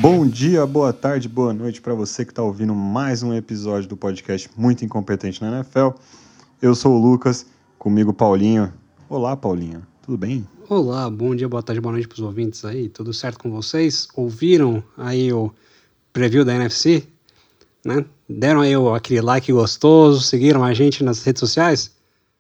Bom dia, boa tarde, boa noite para você que está ouvindo mais um episódio do podcast Muito Incompetente na NFL. Eu sou o Lucas, comigo Paulinho. Olá, Paulinho, tudo bem? Olá, bom dia, boa tarde, boa noite para os ouvintes aí, tudo certo com vocês? Ouviram aí o preview da NFC? Né? Deram aí aquele like gostoso, seguiram a gente nas redes sociais?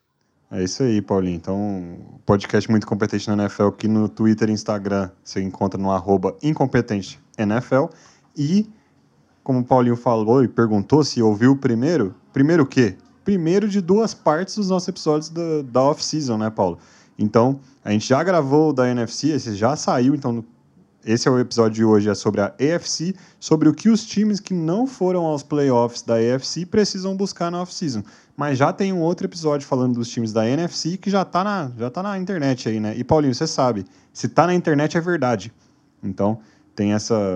É isso aí, Paulinho. Então, podcast Muito Incompetente na NFL aqui no Twitter e Instagram você encontra no @IncompetenteNFL. E, como o Paulinho falou e perguntou se ouviu o primeiro o quê? Primeiro de duas partes dos nossos episódios da off-season, né, Paulo? Então, a gente já gravou o da NFC, esse já saiu, então esse é o episódio de hoje, é sobre a AFC, sobre o que os times que não foram aos playoffs da AFC precisam buscar na off-season. Mas já tem um outro episódio falando dos times da NFC que já tá na internet aí, né? E, Paulinho, você sabe, se tá na internet é verdade. Então, tem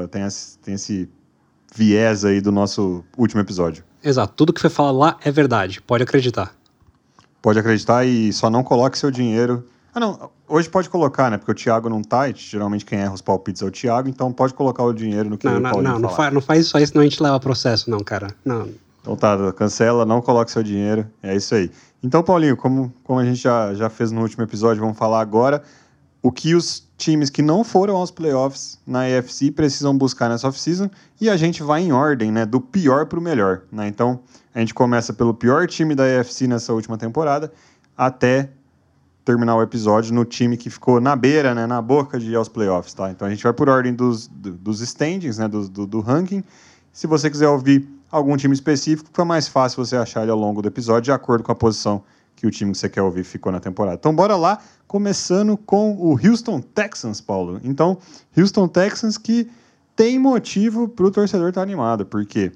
esse viés aí do nosso último episódio. Exato, tudo que você fala lá é verdade, pode acreditar. Pode acreditar e só não coloque seu dinheiro... Ah, não, hoje pode colocar, né? Porque o Thiago não tá, e geralmente quem erra os palpites é o Thiago, então pode colocar o dinheiro no que o Paulinho falar. Não faz isso aí, senão a gente leva processo, não, cara. Não. Então tá, cancela, não coloque seu dinheiro, é isso aí. Então, Paulinho, como a gente já fez no último episódio, vamos falar agora o que os times que não foram aos playoffs na AFC precisam buscar nessa off-season, e a gente vai em ordem, né, do pior para o melhor, né? Então, a gente começa pelo pior time da AFC nessa última temporada, até terminar o episódio no time que ficou na beira, né, na boca de ir aos playoffs, tá? Então a gente vai por ordem dos standings, né, do ranking. Se você quiser ouvir algum time específico, fica mais fácil você achar ele ao longo do episódio, de acordo com a posição que o time que você quer ouvir ficou na temporada. Então bora lá, começando com o Houston Texans, Paulo. Então, Houston Texans que tem motivo para o torcedor estar animado, porque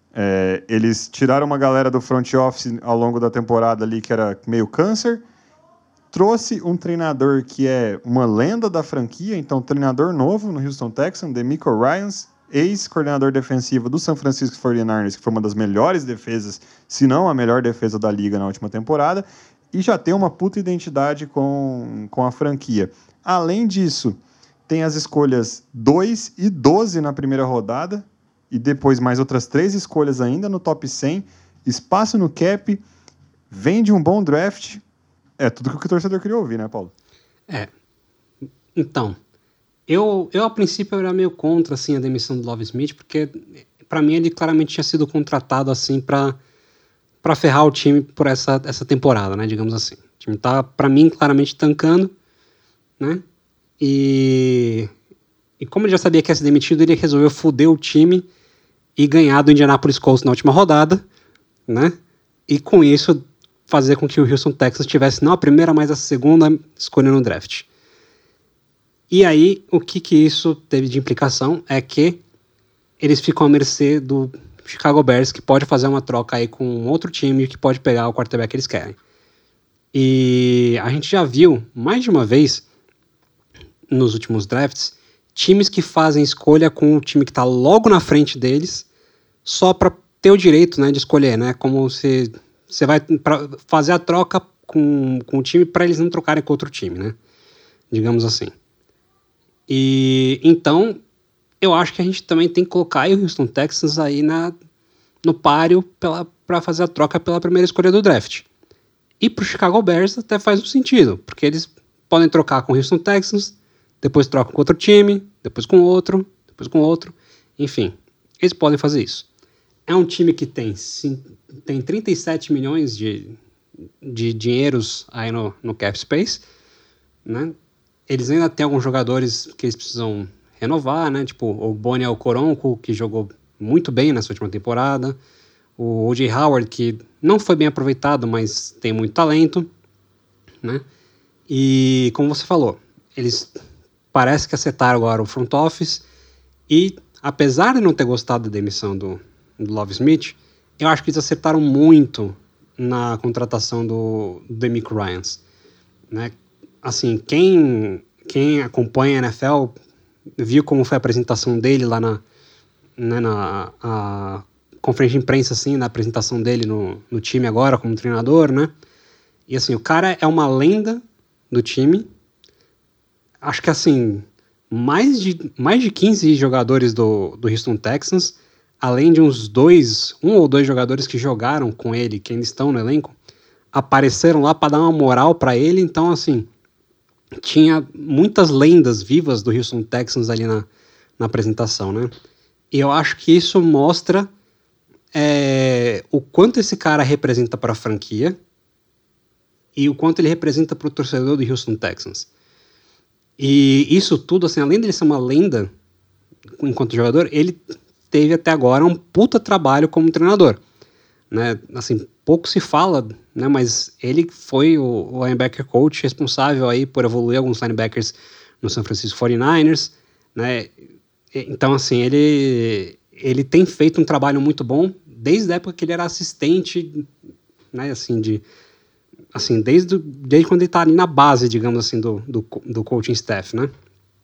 eles tiraram uma galera do front office ao longo da temporada ali que era meio câncer, trouxe um treinador que é uma lenda da franquia, então treinador novo no Houston Texans, DeMeco Ryans, ex-coordenador defensivo do San Francisco 49ers, que foi uma das melhores defesas, se não a melhor defesa da liga na última temporada, e já tem uma puta identidade com a franquia. Além disso, tem as escolhas 2 e 12 na primeira rodada, e depois mais outras 3 escolhas ainda no top 100, espaço no cap, vem de um bom draft. É tudo que o torcedor queria ouvir, né, Paulo? Então, eu a princípio era meio contra assim, a demissão do Love Smith, porque para mim ele claramente tinha sido contratado assim para ferrar o time por essa temporada, né, digamos assim. O time tá, para mim, claramente tancando, né, e como ele já sabia que ia ser demitido, ele resolveu foder o time e ganhar do Indianapolis Colts na última rodada, né, e com isso fazer com que o Houston Texans tivesse não a primeira, mas a segunda escolha no draft. E aí, o que isso teve de implicação é que eles ficam à mercê do Chicago Bears, que pode fazer uma troca aí com outro time que pode pegar o quarterback que eles querem. E a gente já viu, mais de uma vez, nos últimos drafts, times que fazem escolha com o time que está logo na frente deles, só para ter o direito, né, de escolher, né, como se... Você vai fazer a troca com o time para eles não trocarem com outro time, né? Digamos assim. E então, eu acho que a gente também tem que colocar aí o Houston Texans aí no páreo para fazer a troca pela primeira escolha do draft. E pro Chicago Bears até faz um sentido, porque eles podem trocar com o Houston Texans, depois trocam com outro time, depois com outro, enfim, eles podem fazer isso. É um time que tem 37 milhões de dinheiros aí no cap space, né? Eles ainda têm alguns jogadores que eles precisam renovar, né? Tipo o Bonnie Okoronkwo, que jogou muito bem nessa última temporada, o O.J. Howard, que não foi bem aproveitado, mas tem muito talento, né? E como você falou, eles parece que acertaram agora o front office e, apesar de não ter gostado da demissão do Love Smith, eu acho que eles acertaram muito na contratação do DeMeco Ryans, né? Assim, quem acompanha a NFL viu como foi a apresentação dele lá na conferência de imprensa, assim, na apresentação dele no time agora como treinador, né? E assim, o cara é uma lenda do time. Acho que assim, mais de 15 jogadores do Houston Texans, além de um ou dois jogadores que jogaram com ele, que ainda estão no elenco, apareceram lá para dar uma moral para ele. Então, assim, tinha muitas lendas vivas do Houston Texans ali na apresentação, né? E eu acho que isso mostra o quanto esse cara representa para a franquia e o quanto ele representa para o torcedor do Houston Texans. E isso tudo, assim, além dele ser uma lenda enquanto jogador, ele teve até agora um puta trabalho como treinador, né? Assim, pouco se fala, né? Mas ele foi o linebacker coach responsável aí por evoluir alguns linebackers no San Francisco 49ers, né? Então, assim, ele tem feito um trabalho muito bom desde a época que ele era assistente, né? Assim, desde quando ele tá ali na base, digamos assim, do coaching staff, né?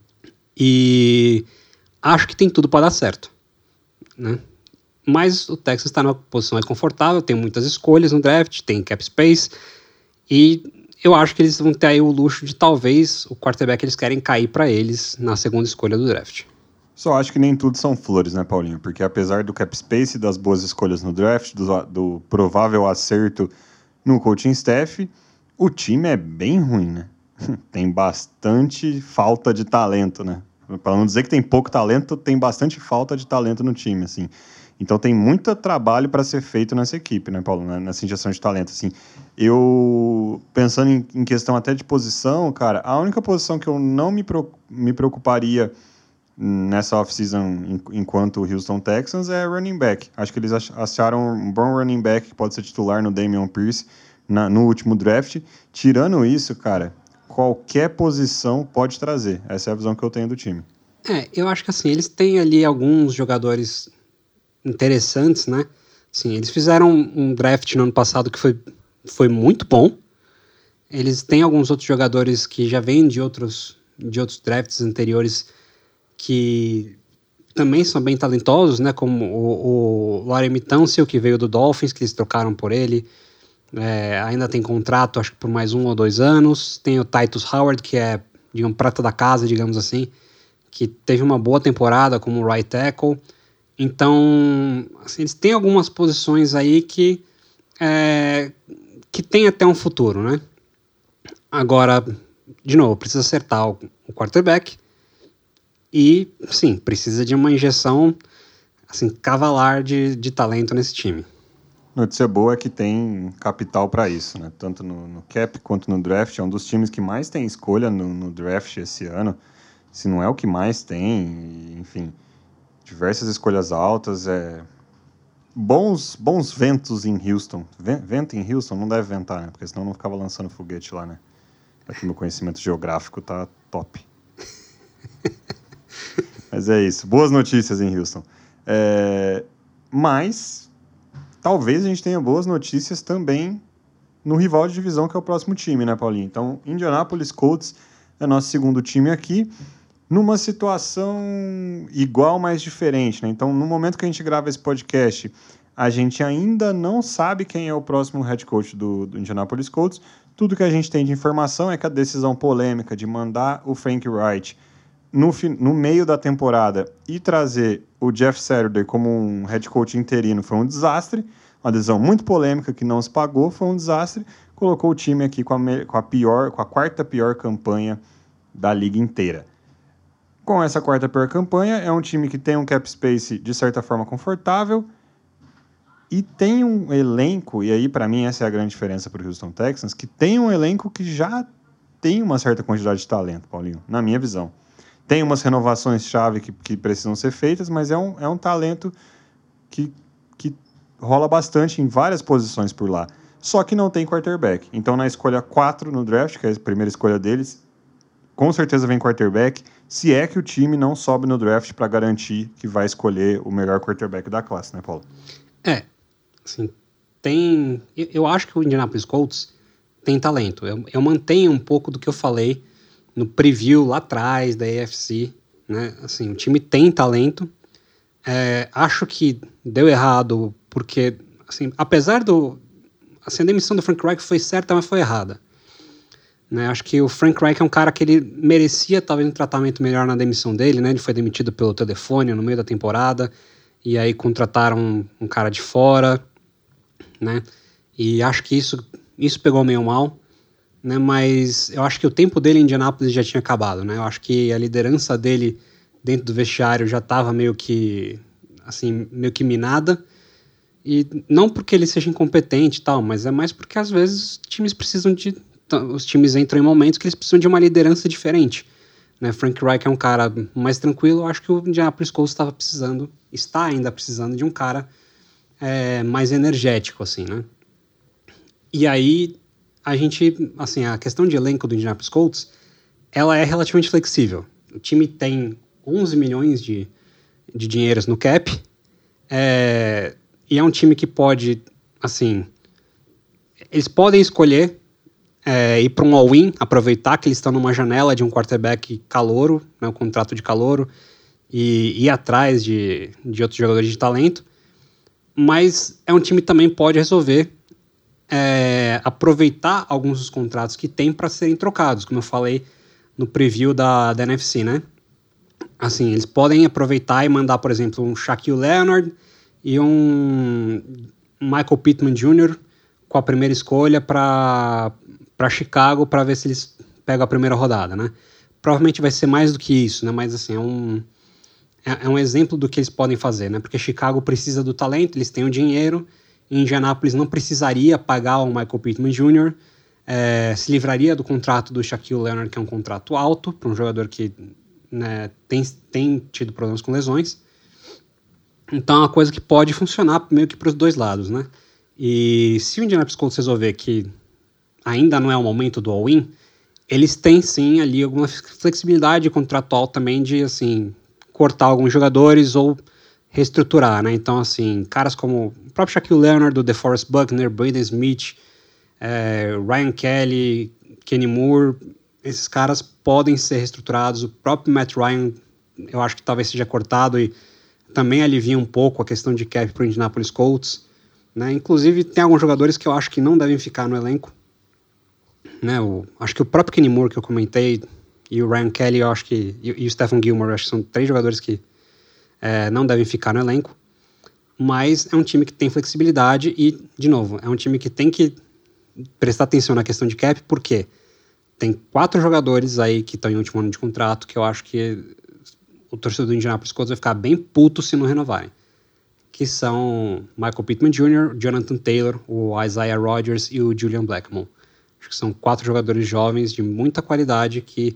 E acho que tem tudo para dar certo, né? Mas o Texas está numa posição mais confortável, tem muitas escolhas no draft, tem cap space, e eu acho que eles vão ter aí o luxo de talvez o quarterback eles querem cair para eles na segunda escolha do draft. Só acho que nem tudo são flores, né, Paulinho? Porque apesar do cap space, das boas escolhas no draft, do provável acerto no coaching staff, o time é bem ruim, né? Tem bastante falta de talento, né? Para não dizer que tem pouco talento, tem bastante falta de talento no time, assim. Então tem muito trabalho para ser feito nessa equipe, né, Paulo? Nessa injeção de talento, assim. Eu, pensando em questão até de posição, cara, a única posição que eu não me preocuparia nessa off-season enquanto o Houston Texans é running back. Acho que eles acharam um bom running back que pode ser titular no Dameon Pierce no último draft. Tirando isso, cara, qualquer posição pode trazer. Essa é a visão que eu tenho do time. Eu acho que assim, eles têm ali alguns jogadores interessantes, né? Sim, eles fizeram um draft no ano passado que foi muito bom. Eles têm alguns outros jogadores que já vêm de outros drafts anteriores que também são bem talentosos, né? Como o Laremy Tunsil, que veio do Dolphins, que eles trocaram por ele. Ainda tem contrato, acho que por mais 1 ou 2 anos. Tem o Titus Howard, que é, digamos, prata da casa, digamos assim, que teve uma boa temporada como right tackle. Então, assim, eles têm algumas posições aí que tem até um futuro, né? Agora, de novo, precisa acertar o quarterback e, sim, precisa de uma injeção assim, cavalar de talento nesse time. Notícia boa é que tem capital para isso, né? Tanto no cap quanto no draft. É um dos times que mais tem escolha no draft esse ano. Se não é o que mais tem, enfim, diversas escolhas altas. Bons ventos em Houston. Vento em Houston não deve ventar, né? Porque senão não ficava lançando foguete lá, né? Aqui meu conhecimento geográfico tá top. Mas é isso. Boas notícias em Houston. Mas talvez a gente tenha boas notícias também no rival de divisão, que é o próximo time, né, Paulinho? Então, Indianapolis Colts é nosso segundo time aqui, numa situação igual, mas diferente, né? Então, no momento que a gente grava esse podcast, a gente ainda não sabe quem é o próximo head coach do Indianapolis Colts. Tudo que a gente tem de informação é que a decisão polêmica de mandar o Frank Reich no meio da temporada e trazer o Jeff Saturday como um head coach interino foi um desastre, uma decisão muito polêmica que não se pagou, foi um desastre, colocou o time aqui com a quarta pior campanha da liga inteira. Com essa quarta pior campanha, é um time que tem um cap space de certa forma confortável e tem um elenco, e aí para mim essa é a grande diferença para o Houston Texans, que tem um elenco que já tem uma certa quantidade de talento, Paulinho, na minha visão. Tem umas renovações-chave que precisam ser feitas, mas é um talento que rola bastante em várias posições por lá. Só que não tem quarterback. Então, na escolha 4 no draft, que é a primeira escolha deles, com certeza vem quarterback, se é que o time não sobe no draft para garantir que vai escolher o melhor quarterback da classe, né, Paulo? Assim, tem... Eu acho que o Indianapolis Colts tem talento. Eu mantenho um pouco do que eu falei no preview lá atrás da AFC, né? Assim, o time tem talento. Acho que deu errado porque, assim, apesar a demissão do Frank Reich foi certa, mas foi errada. né? Acho que o Frank Reich é um cara que ele merecia talvez um tratamento melhor na demissão dele, né? Ele foi demitido pelo telefone no meio da temporada, e aí contrataram um cara de fora, né? E acho que isso pegou meio mal, né? Mas eu acho que o tempo dele em Indianápolis já tinha acabado, né? Eu acho que a liderança dele dentro do vestiário já estava meio que minada. E não porque ele seja incompetente e tal, mas é mais porque às vezes os times entram em momentos que eles precisam de uma liderança diferente, né? Frank Reich é um cara mais tranquilo. Eu acho que o Indianapolis Colts está ainda precisando de um cara mais energético, assim, né? E aí a questão de elenco do Indianapolis Colts, ela é relativamente flexível. O time tem 11 milhões de dinheiros no cap, e é um time que pode, assim, eles podem escolher ir para um all-in, aproveitar que eles estão numa janela de um quarterback calouro, né, um contrato de calouro, e ir atrás de outros jogadores de talento, mas é um time que também pode resolver aproveitar alguns dos contratos que tem para serem trocados, como eu falei no preview da NFC, né? Assim, eles podem aproveitar e mandar, por exemplo, um Shaquille Leonard e um Michael Pittman Jr. com a primeira escolha para Chicago, para ver se eles pegam a primeira rodada, né? Provavelmente vai ser mais do que isso, né? Mas assim, é um exemplo do que eles podem fazer, né? Porque Chicago precisa do talento, eles têm o dinheiro, e Indianapolis não precisaria pagar o Michael Pittman Jr., se livraria do contrato do Shaquille Leonard, que é um contrato alto para um jogador que, né, tem tido problemas com lesões. Então é uma coisa que pode funcionar meio que para os dois lados, né? E se o Indianapolis Colts resolver que ainda não é o momento do all-in, eles têm sim ali alguma flexibilidade contratual também de, assim, cortar alguns jogadores ou reestruturar, né? Então, assim, caras como o próprio Shaquille Leonard, o DeForest Buckner, Braden Smith, Ryan Kelly, Kenny Moore, esses caras podem ser reestruturados. O próprio Matt Ryan, eu acho que talvez seja cortado e também alivia um pouco a questão de cap para o Indianapolis Colts, né? Inclusive, tem alguns jogadores que eu acho que não devem ficar no elenco, né? Acho que o próprio Kenny Moore que eu comentei e o Ryan Kelly, eu acho que, e o Stephen Gilmore, eu acho que são 3 jogadores que não devem ficar no elenco, mas é um time que tem flexibilidade e, de novo, é um time que tem que prestar atenção na questão de cap, porque tem 4 jogadores aí que estão em último ano de contrato que eu acho que o torcedor do Indianapolis Colts vai ficar bem puto se não renovarem, que são Michael Pittman Jr., Jonathan Taylor, o Isaiah Rodgers e o Julian Blackmon. Acho que são 4 jogadores jovens de muita qualidade que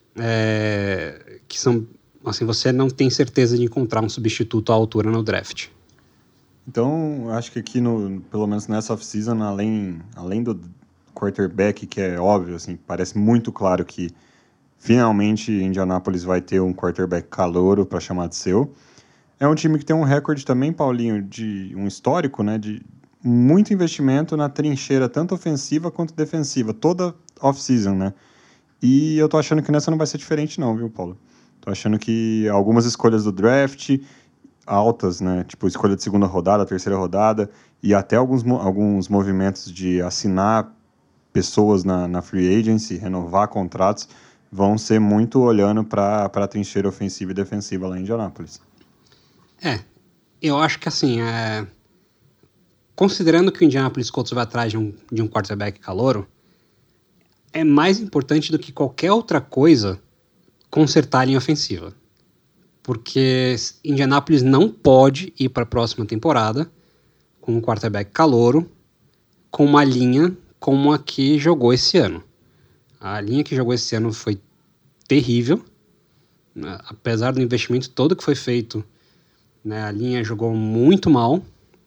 são, assim, você não tem certeza de encontrar um substituto à altura no draft. Então, acho que aqui, pelo menos nessa off-season, além do quarterback, que é óbvio, assim, parece muito claro que finalmente Indianapolis vai ter um quarterback calouro para chamar de seu. É um time que tem um recorde também, Paulinho, de um histórico, né, de muito investimento na trincheira, tanto ofensiva quanto defensiva, toda off-season, né? E eu tô achando que nessa não vai ser diferente não, viu, Paulo? Tô achando que algumas escolhas do draft altas, né, tipo escolha de segunda rodada, terceira rodada, e até alguns movimentos de assinar pessoas na free agency, renovar contratos, vão ser muito olhando para a trincheira ofensiva e defensiva lá em Indianápolis. Eu acho que assim, considerando que o Indianapolis Colts vai atrás de um quarterback calouro, é mais importante do que qualquer outra coisa consertar a linha ofensiva. Porque Indianapolis não pode ir para a próxima temporada com um quarterback calouro, com uma linha como a que jogou esse ano. A linha que jogou esse ano foi terrível, né? Apesar do investimento todo que foi feito, né, a linha jogou muito mal.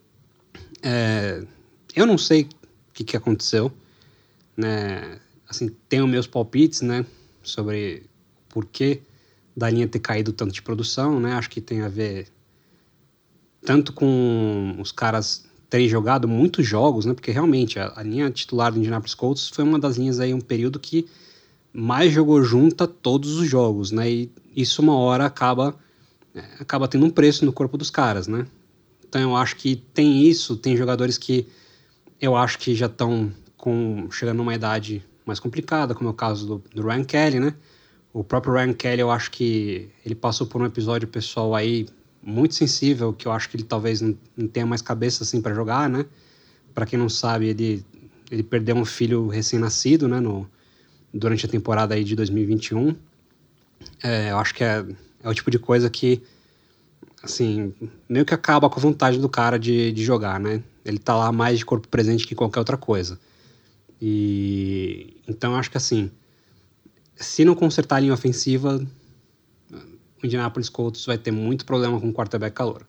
Eu não sei o que aconteceu, né? Assim, tenho meus palpites, né, sobre por que da linha ter caído tanto de produção, né? Acho que tem a ver tanto com os caras terem jogado muitos jogos, né? Porque realmente a linha titular do Indianapolis Colts foi uma das linhas aí, um período que mais jogou junta todos os jogos, né? E isso uma hora acaba tendo um preço no corpo dos caras, né? Então eu acho que tem jogadores que eu acho que já estão chegando numa idade mais complicada, como é o caso do Ryan Kelly, né? O próprio Ryan Kelly, eu acho que ele passou por um episódio pessoal aí muito sensível, que eu acho que ele talvez não tenha mais cabeça assim para jogar, né? Para quem não sabe, ele perdeu um filho recém-nascido, né? Durante a temporada aí de 2021. Eu acho que é o tipo de coisa que, assim, meio que acaba com a vontade do cara de jogar, né? Ele tá lá mais de corpo presente que qualquer outra coisa. E então eu acho que, assim, se não consertar a linha ofensiva, o Indianapolis Colts vai ter muito problema com o quarterback calouro.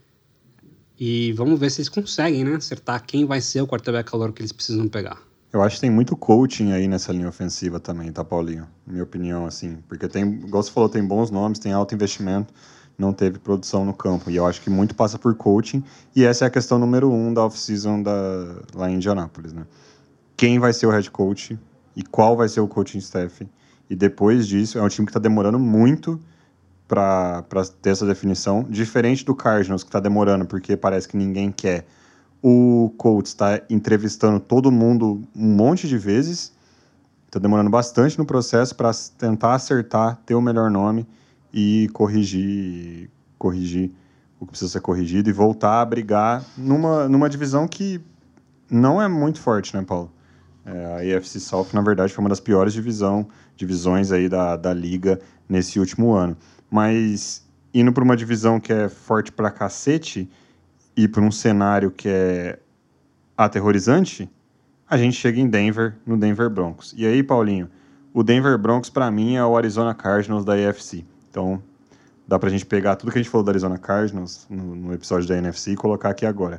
E vamos ver se eles conseguem, né? Acertar quem vai ser o quarterback calouro que eles precisam pegar. Eu acho que tem muito coaching aí nessa linha ofensiva também, tá, Paulinho? Na minha opinião, assim. Porque tem, igual você falou, tem bons nomes, tem alto investimento, não teve produção no campo. E eu acho que muito passa por coaching. E essa é a questão número 1 da off-season lá em Indianápolis, né? Quem vai ser o head coach e qual vai ser o coaching staff. E depois disso, é um time que está demorando muito para ter essa definição. Diferente do Cardinals, que está demorando porque parece que ninguém quer. O Colts está entrevistando todo mundo um monte de vezes. Está demorando bastante no processo para tentar acertar, ter o melhor nome e corrigir o que precisa ser corrigido e voltar a brigar numa divisão que não é muito forte, né, Paulo? A AFC South, na verdade, foi uma das piores divisões aí da liga nesse último ano. Mas indo para uma divisão que é forte pra cacete e para um cenário que é aterrorizante, a gente chega em Denver, no Denver Broncos. E aí, Paulinho, o Denver Broncos, para mim, é o Arizona Cardinals da AFC. Então, dá pra gente pegar tudo que a gente falou do Arizona Cardinals no episódio da NFC e colocar aqui agora.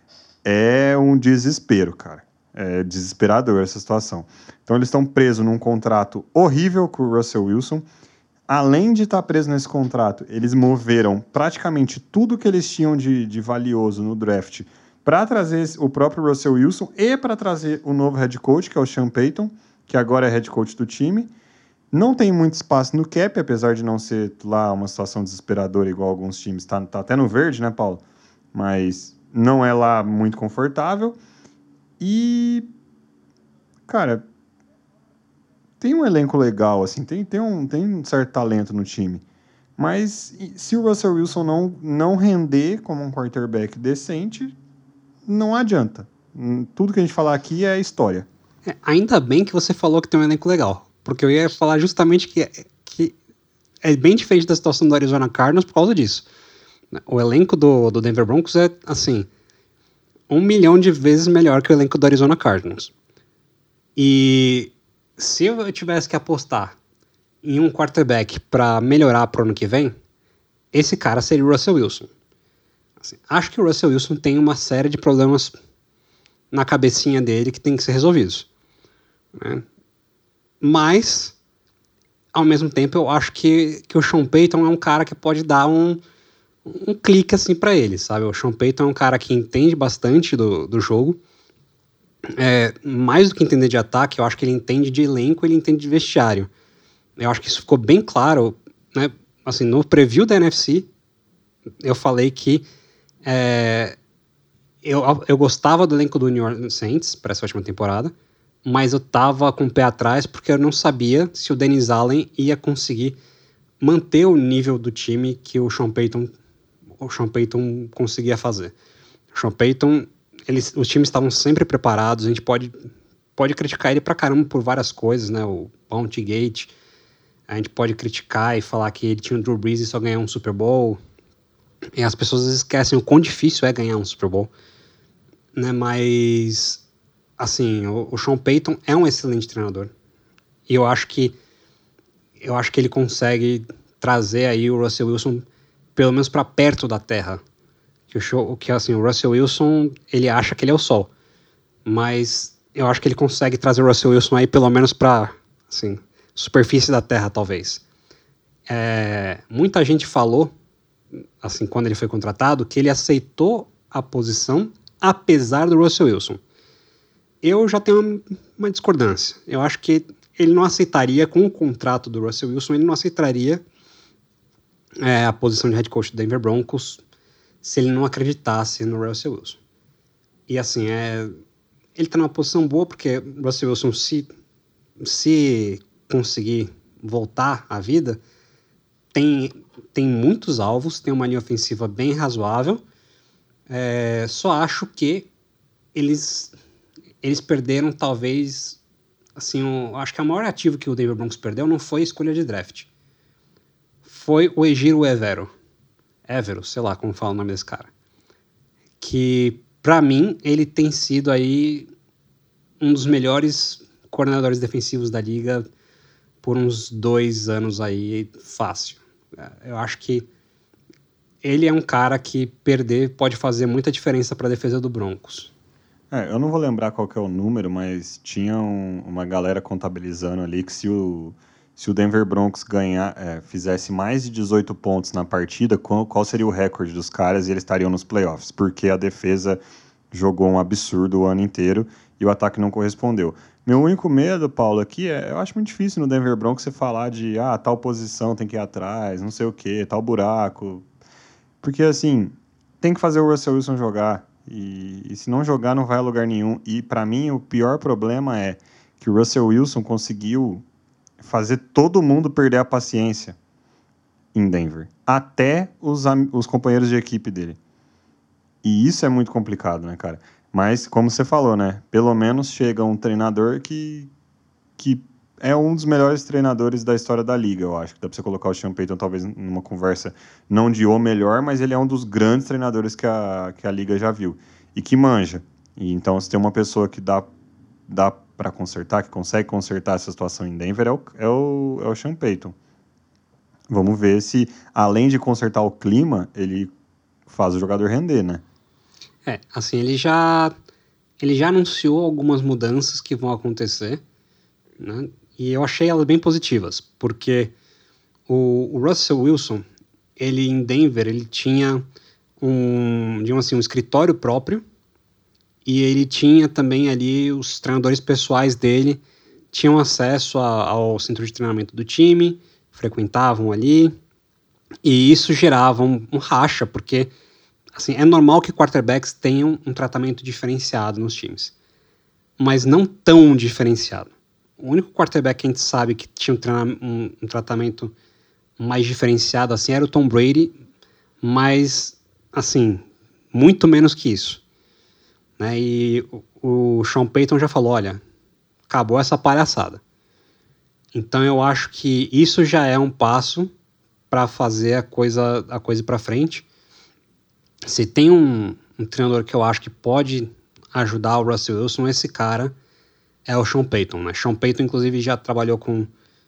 É um desespero, cara. É desesperador essa situação. Então, eles estão presos num contrato horrível com o Russell Wilson. Além de estar preso nesse contrato, eles moveram praticamente tudo que eles tinham de valioso no draft para trazer o próprio Russell Wilson e para trazer o novo head coach, que é o Sean Payton, que agora é head coach do time. Não tem muito espaço no cap, apesar de não ser lá uma situação desesperadora igual alguns times. Tá até no verde, né, Paulo? Mas não é lá muito confortável. E, cara, tem um elenco legal, assim, tem um certo talento no time. Mas se o Russell Wilson não render como um quarterback decente, não adianta. Tudo que a gente falar aqui é história. Ainda bem que você falou que tem um elenco legal, porque eu ia falar justamente que é bem diferente da situação do Arizona Cardinals por causa disso. O elenco do Denver Broncos é, assim, 1 milhão de vezes melhor que o elenco do Arizona Cardinals. E se eu tivesse que apostar em um quarterback para melhorar pro ano que vem, esse cara seria o Russell Wilson. Assim, acho que o Russell Wilson tem uma série de problemas na cabecinha dele que tem que ser resolvidos, né? Mas, ao mesmo tempo, eu acho que o Sean Payton é um cara que pode dar um clique assim para ele, sabe? O Sean Payton é um cara que entende bastante do jogo. Mais do que entender de ataque, eu acho que ele entende de elenco, ele entende de vestiário. Eu acho que isso ficou bem claro, né? Assim, no preview da NFC, eu falei que eu gostava do elenco do New Orleans Saints para essa última temporada, mas eu tava com o pé atrás porque eu não sabia se o Dennis Allen ia conseguir manter o nível do time que o Sean Payton conseguia fazer. O Sean Payton, os times estavam sempre preparados, a gente pode criticar ele pra caramba por várias coisas, né? O Bounty Gate, a gente pode criticar e falar que ele tinha o Drew Brees e só ganhou um Super Bowl, e as pessoas às vezes esquecem o quão difícil é ganhar um Super Bowl, né? Mas, assim, o Sean Payton é um excelente treinador, e eu acho que ele consegue trazer aí o Russell Wilson pelo menos para perto da Terra. O Russell Wilson, ele acha que ele é o Sol, mas eu acho que ele consegue trazer o Russell Wilson aí pelo menos para, assim, superfície da Terra, talvez. Muita gente falou, assim, quando ele foi contratado, que ele aceitou a posição apesar do Russell Wilson. Eu já tenho uma discordância. Eu acho que ele não aceitaria, com o contrato do Russell Wilson, ele não aceitaria a posição de head coach do Denver Broncos se ele não acreditasse no Russell Wilson. E assim, ele tá numa posição boa porque o Russell Wilson, se se conseguir voltar à vida, tem muitos alvos, tem uma linha ofensiva bem razoável. Só acho que eles perderam, talvez, assim, acho que o maior ativo que o Denver Broncos perdeu não foi a escolha de draft. Foi o Ejiro Evero, sei lá como fala o nome desse cara. Que, pra mim, ele tem sido aí um dos melhores coordenadores defensivos da liga por uns 2 anos aí, fácil. Eu acho que ele é um cara que perder pode fazer muita diferença para a defesa do Broncos. Eu não vou lembrar qual que é o número, mas tinha uma galera contabilizando ali que se o Denver Broncos fizesse mais de 18 pontos na partida, qual seria o recorde dos caras e eles estariam nos playoffs, porque a defesa jogou um absurdo o ano inteiro e o ataque não correspondeu. Meu único medo, Paulo, aqui eu acho muito difícil no Denver Broncos você falar de tal posição tem que ir atrás, não sei o que, tal buraco. Porque, assim, tem que fazer o Russell Wilson jogar. E se não jogar, não vai a lugar nenhum. E, para mim, o pior problema é que o Russell Wilson conseguiu fazer todo mundo perder a paciência em Denver. Até os companheiros de equipe dele. E isso é muito complicado, né, cara? Mas, como você falou, né? Pelo menos chega um treinador que é um dos melhores treinadores da história da liga, eu acho. Dá pra você colocar o Sean Payton talvez numa conversa não de o melhor, mas ele é um dos grandes treinadores que a liga já viu. E que manja. E então, se tem uma pessoa que dá para consertar, que consegue consertar essa situação em Denver, é o Sean Payton. Vamos ver se, além de consertar o clima, ele faz o jogador render, né? Assim, ele já anunciou algumas mudanças que vão acontecer, né? E eu achei elas bem positivas, porque o Russell Wilson, ele em Denver, ele tinha um escritório próprio, e ele tinha também ali os treinadores pessoais dele, tinham acesso ao centro de treinamento do time, frequentavam ali, e isso gerava um racha, porque assim, é normal que quarterbacks tenham um tratamento diferenciado nos times, mas não tão diferenciado. O único quarterback que a gente sabe que tinha um tratamento mais diferenciado assim era o Tom Brady, mas assim, muito menos que isso, né? E o Sean Payton já falou, olha, acabou essa palhaçada. Então eu acho que isso já é um passo para fazer a coisa para frente. Se tem um treinador que eu acho que pode ajudar o Russell Wilson, esse cara é o Sean Payton, né? Sean Payton, inclusive, já trabalhou com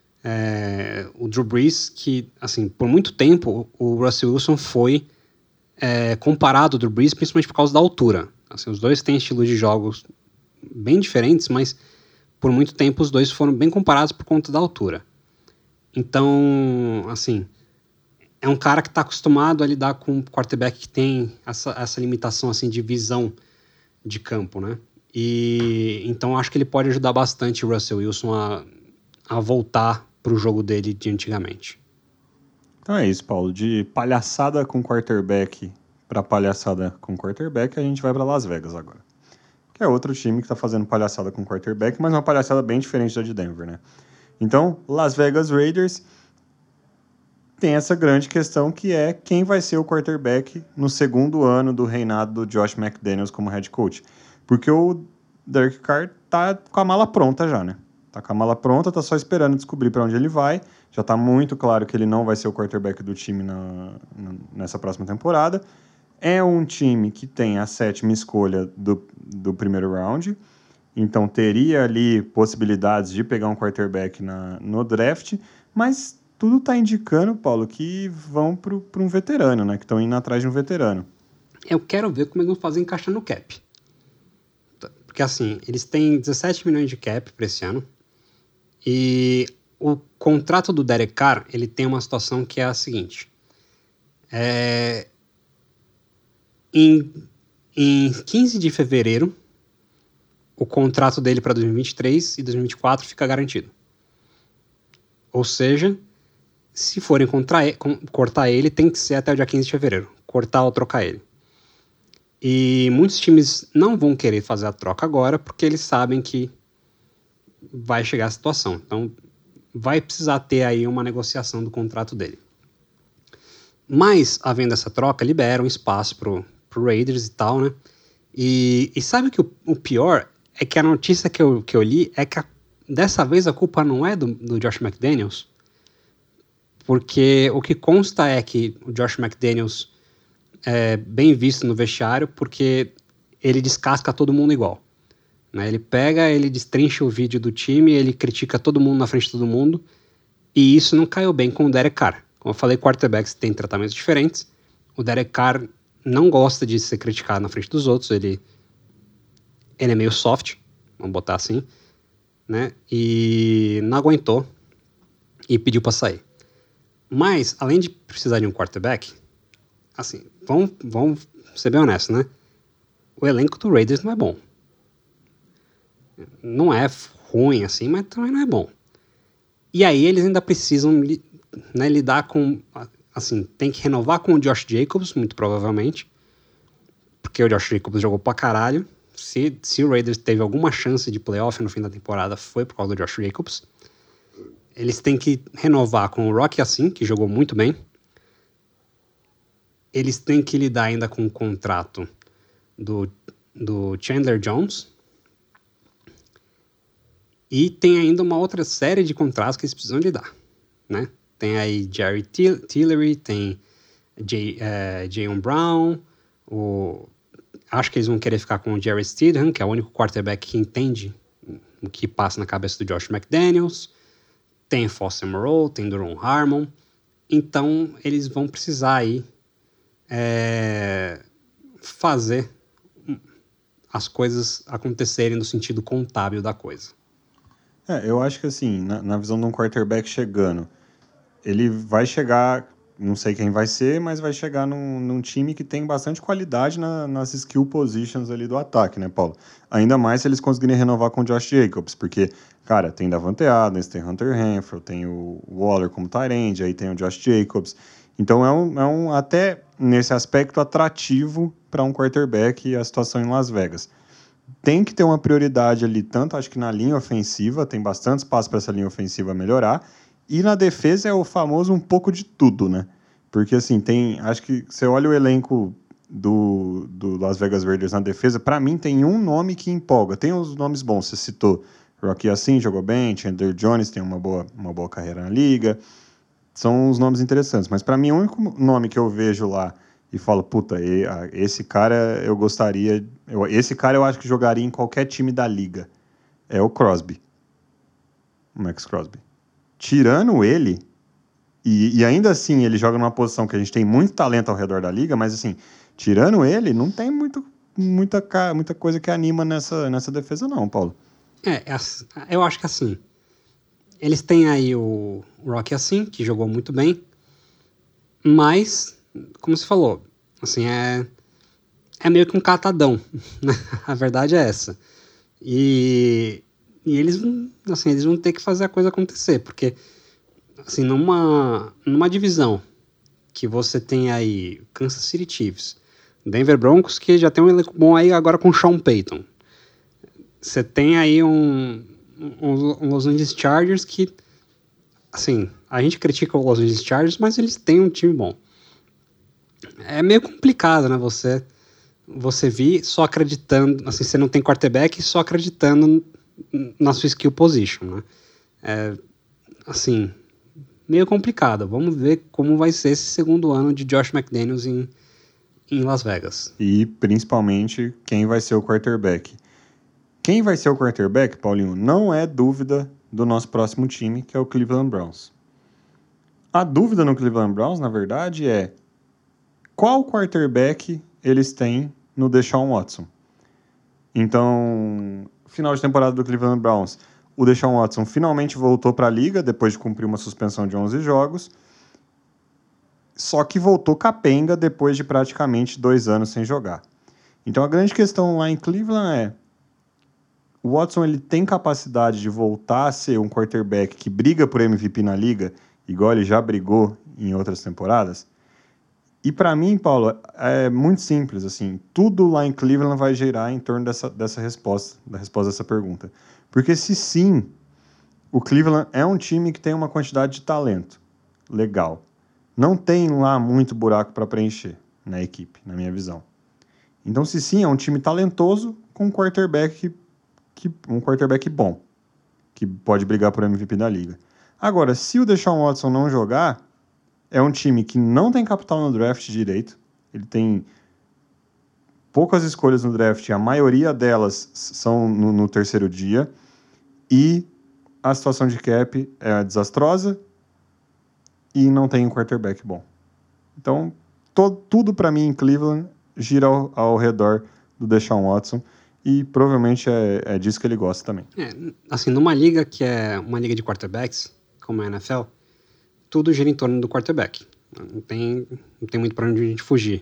o Drew Brees, que, assim, por muito tempo, o Russell Wilson foi comparado ao Drew Brees, principalmente por causa da altura. Assim, os dois têm estilos de jogos bem diferentes, mas por muito tempo os dois foram bem comparados por conta da altura. Então, assim, é um cara que está acostumado a lidar com um quarterback que tem essa limitação assim, de visão de campo, né? E então acho que ele pode ajudar bastante o Russell Wilson a voltar para o jogo dele de antigamente. Então é isso, Paulo. De palhaçada com quarterback para palhaçada com quarterback, a gente vai para Las Vegas agora. Que é outro time que está fazendo palhaçada com quarterback, mas uma palhaçada bem diferente da de Denver, né? Então, Las Vegas Raiders tem essa grande questão que é quem vai ser o quarterback no segundo ano do reinado do Josh McDaniels como head coach. Porque o Derek Carr tá com a mala pronta já, né? Tá com a mala pronta, tá só esperando descobrir para onde ele vai. Já tá muito claro que ele não vai ser o quarterback do time nessa próxima temporada. É um time que tem a 7ª escolha do primeiro round. Então teria ali possibilidades de pegar um quarterback no draft. Mas tudo está indicando, Paulo, que vão para um veterano, né? Que estão indo atrás de um veterano. Eu quero ver como eles vão fazer encaixar no cap. Porque, assim, eles têm 17 milhões de cap para esse ano. E o contrato do Derek Carr, ele tem uma situação que é a seguinte. Em 15 de fevereiro, o contrato dele para 2023 e 2024 fica garantido. Ou seja, se forem cortar ele, tem que ser até o dia 15 de fevereiro. Cortar ou trocar ele. E muitos times não vão querer fazer a troca agora, porque eles sabem que vai chegar a situação. Então, vai precisar ter aí uma negociação do contrato dele. Mas, havendo essa troca, libera um espaço pro Raiders e tal, né? E sabe que o pior é que a notícia que eu li é que dessa vez a culpa não é do Josh McDaniels, porque o que consta é que o Josh McDaniels é bem visto no vestiário porque ele descasca todo mundo igual. Né? Ele destrincha o vídeo do time, ele critica todo mundo na frente de todo mundo, e isso não caiu bem com o Derek Carr. Como eu falei, quarterbacks têm tratamentos diferentes. O Derek Carr não gosta de ser criticado na frente dos outros, ele é meio soft, vamos botar assim, né? E não aguentou e pediu para sair. Mas, além de precisar de um quarterback, assim, vamos ser bem honestos, né? O elenco do Raiders não é bom. Não é ruim assim, mas também não é bom. E aí eles ainda precisam, né, lidar com... Assim, tem que renovar com o Josh Jacobs, muito provavelmente, porque o Josh Jacobs jogou pra caralho. Se o Raiders teve alguma chance de playoff no fim da temporada, foi por causa do Josh Jacobs. Eles têm que renovar com o Rock assim, que jogou muito bem. Eles têm que lidar ainda com o contrato do Chandler Jones. E tem ainda uma outra série de contratos que eles precisam lidar, né? Tem aí Jerry Tillery, tem Jayon Brown, acho que eles vão querer ficar com o Jerry Stidham, que é o único quarterback que entende o que passa na cabeça do Josh McDaniels. Tem Foster Moreau, tem Duron Harmon. Então, eles vão precisar aí fazer as coisas acontecerem no sentido contábil da coisa. Eu acho que assim, na visão de um quarterback chegando, ele vai chegar, não sei quem vai ser, mas vai chegar num time que tem bastante qualidade nas skill positions ali do ataque, né, Paulo? Ainda mais se eles conseguirem renovar com o Josh Jacobs, porque, cara, tem Davante Adams, tem Hunter Renfrow, tem o Waller como tight end, aí tem o Josh Jacobs. Então é um até nesse aspecto atrativo para um quarterback a situação em Las Vegas. Tem que ter uma prioridade ali, tanto acho que na linha ofensiva, tem bastante espaço para essa linha ofensiva melhorar, e na defesa é o famoso um pouco de tudo, né? Porque assim, acho que você olha o elenco do Las Vegas Raiders na defesa, para mim tem um nome que empolga, tem os nomes bons, você citou Rocky Assim, jogou bem, Chandler Jones tem uma boa carreira na liga, são os nomes interessantes, mas para mim o único nome que eu vejo lá e falo, puta, esse cara eu gostaria... esse cara eu acho que jogaria em qualquer time da liga. É o Crosby. O Max Crosby. Tirando ele, e ainda assim ele joga numa posição que a gente tem muito talento ao redor da liga, mas assim, tirando ele, não tem muita coisa que anima nessa defesa não, Paulo. Eu acho que assim, eles têm aí o Rocky Assim, que jogou muito bem, mas... Como você falou, assim, é meio que um catadão, né? A verdade é essa. E eles vão ter que fazer a coisa acontecer, porque, assim, numa divisão que você tem aí Kansas City Chiefs, Denver Broncos, que já tem um elenco bom aí agora com Sean Payton. Você tem aí um Los Angeles Chargers que, assim, a gente critica o Los Angeles Chargers, mas eles têm um time bom. É meio complicado, né? Você vir só acreditando, assim, você não tem quarterback só acreditando na sua skill position, né? Assim, meio complicado. Vamos ver como vai ser esse segundo ano de Josh McDaniels em Las Vegas. E, principalmente, quem vai ser o quarterback. Quem vai ser o quarterback, Paulinho, não é dúvida do nosso próximo time, que é o Cleveland Browns. A dúvida no Cleveland Browns, na verdade, é qual quarterback eles têm no Deshaun Watson. Então, final de temporada do Cleveland Browns, o Deshaun Watson finalmente voltou para a liga, depois de cumprir uma suspensão de 11 jogos, só que voltou capenga depois de praticamente 2 anos sem jogar. Então, a grande questão lá em Cleveland é, o Watson ele tem capacidade de voltar a ser um quarterback que briga por MVP na liga, igual ele já brigou em outras temporadas? E para mim, Paulo, é muito simples, assim, tudo lá em Cleveland vai girar em torno dessa resposta, da resposta dessa pergunta. Porque se sim, o Cleveland é um time que tem uma quantidade de talento legal. Não tem lá muito buraco para preencher na equipe, na minha visão. Então, se sim, é um time talentoso com um quarterback bom, que pode brigar por MVP da liga. Agora, se o Deshaun Watson não jogar, é um time que não tem capital no draft direito. Ele tem poucas escolhas no draft, a maioria delas são no terceiro dia. E a situação de cap é desastrosa e não tem um quarterback bom. Então, tudo para mim em Cleveland gira ao redor do Deshaun Watson. E provavelmente é disso que ele gosta também. Assim, numa liga que é uma liga de quarterbacks, como a NFL, tudo gira em torno do quarterback. Não tem muito para onde a gente fugir.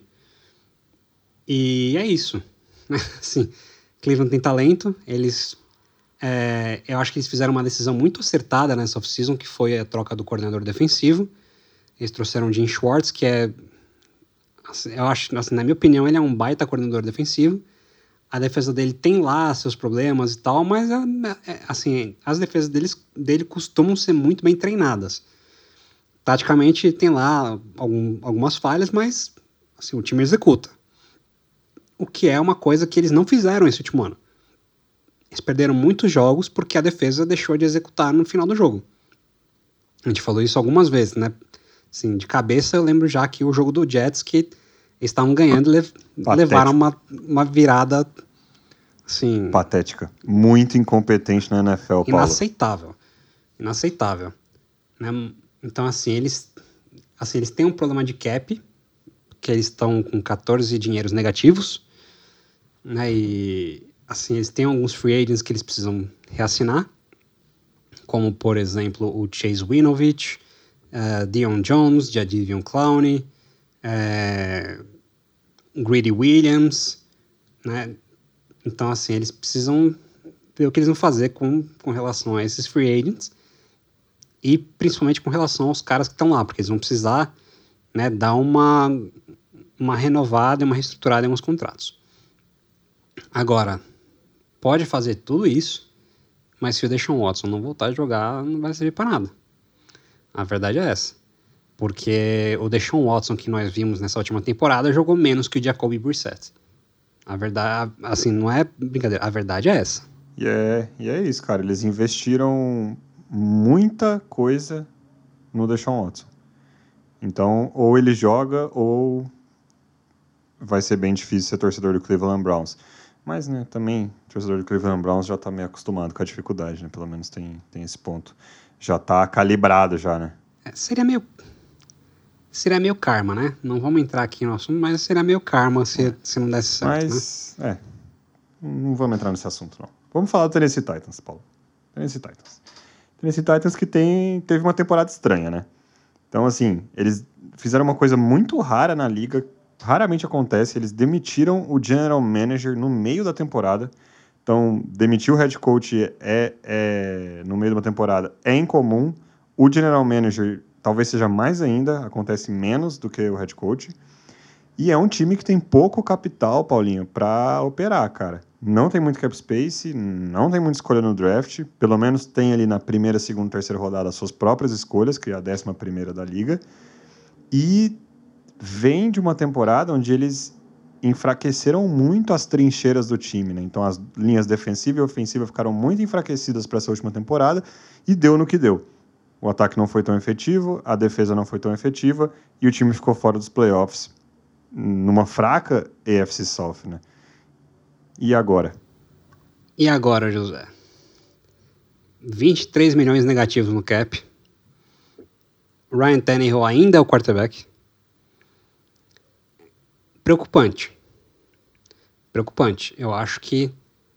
E é isso. Assim, Cleveland tem talento. Eu acho que eles fizeram uma decisão muito acertada nessa off-season, que foi a troca do coordenador defensivo. Eles trouxeram o Jim Schwartz, que eu acho, assim, na minha opinião, ele é um baita coordenador defensivo. A defesa dele tem lá seus problemas e tal, mas assim, as defesas dele costumam ser muito bem treinadas. Taticamente tem lá algumas falhas, mas assim, o time executa. O que é uma coisa que eles não fizeram esse último ano. Eles perderam muitos jogos porque a defesa deixou de executar no final do jogo. A gente falou isso algumas vezes, né? Assim, de cabeça eu lembro já que o jogo do Jets, que eles estavam ganhando e levaram uma virada assim... patética. Muito incompetente na NFL, Paulo. Inaceitável. Né? Então, assim, eles têm um problema de cap, que eles estão com 14 dinheiros negativos, né? E, assim, eles têm alguns free agents que eles precisam reassinar, como, por exemplo, o Chase Winovich, Deion Jones, Jadeveon Clowney, Greedy Williams, né? Então, assim, eles precisam ver o que eles vão fazer com relação a esses free agents e principalmente com relação aos caras que estão lá, porque eles vão precisar, né, dar uma renovada e uma reestruturada em alguns contratos. Agora, pode fazer tudo isso, mas se o Deshaun Watson não voltar a jogar, não vai servir para nada. A verdade é essa. Porque o Deshaun Watson que nós vimos nessa última temporada jogou menos que o Jacoby Brissett. A verdade, assim, não é brincadeira, a verdade é essa. E é isso, cara. Eles investiram muita coisa no Deshaun Watson. Então, ou ele joga, ou vai ser bem difícil ser torcedor do Cleveland Browns. Mas, né, também, o torcedor do Cleveland Browns já tá meio acostumado com a dificuldade, né? Pelo menos tem esse ponto. Já tá calibrado já, né? Seria meio karma, né? Não vamos entrar aqui no assunto, mas seria meio karma se não desse certo, né? Não vamos entrar nesse assunto, não. Vamos falar do Tennessee Titans, Paulo. Tennessee Titans que teve uma temporada estranha, né? Então, assim, eles fizeram uma coisa muito rara na liga, raramente acontece, eles demitiram o general manager no meio da temporada. Então, demitir o head coach no meio de uma temporada é incomum. O general manager talvez seja mais ainda, acontece menos do que o head coach. E é um time que tem pouco capital, Paulinho, para operar, cara. Não tem muito cap space, não tem muita escolha no draft. Pelo menos tem ali na primeira, segunda, terceira rodada as suas próprias escolhas, que é a 11ª da liga. E vem de uma temporada onde eles enfraqueceram muito as trincheiras do time, né? Então as linhas defensiva e ofensiva ficaram muito enfraquecidas para essa última temporada e deu no que deu. O ataque não foi tão efetivo, a defesa não foi tão efetiva e o time ficou fora dos playoffs numa fraca AFC South, né? E agora? E agora, José? 23 milhões negativos no cap. Ryan Tannehill ainda é o quarterback. Preocupante. Eu acho que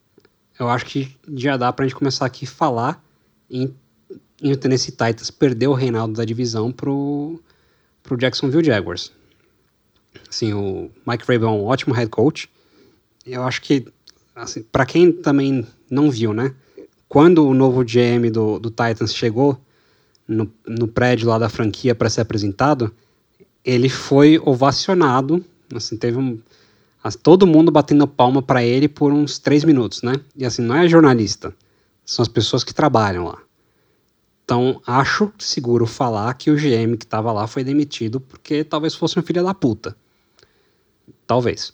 já dá pra gente começar aqui a falar em o Tennessee Titans perder o reinado da divisão pro Jacksonville Jaguars. Assim, o Mike Vrabel é um ótimo head coach. Eu acho que, assim, para quem também não viu, né? Quando o novo GM do Titans chegou no prédio lá da franquia para ser apresentado, ele foi ovacionado, assim, todo mundo batendo palma para ele por uns 3 minutos, né? E assim, não é jornalista, são as pessoas que trabalham lá. Então, acho seguro falar que o GM que estava lá foi demitido porque talvez fosse um filho da puta. Talvez.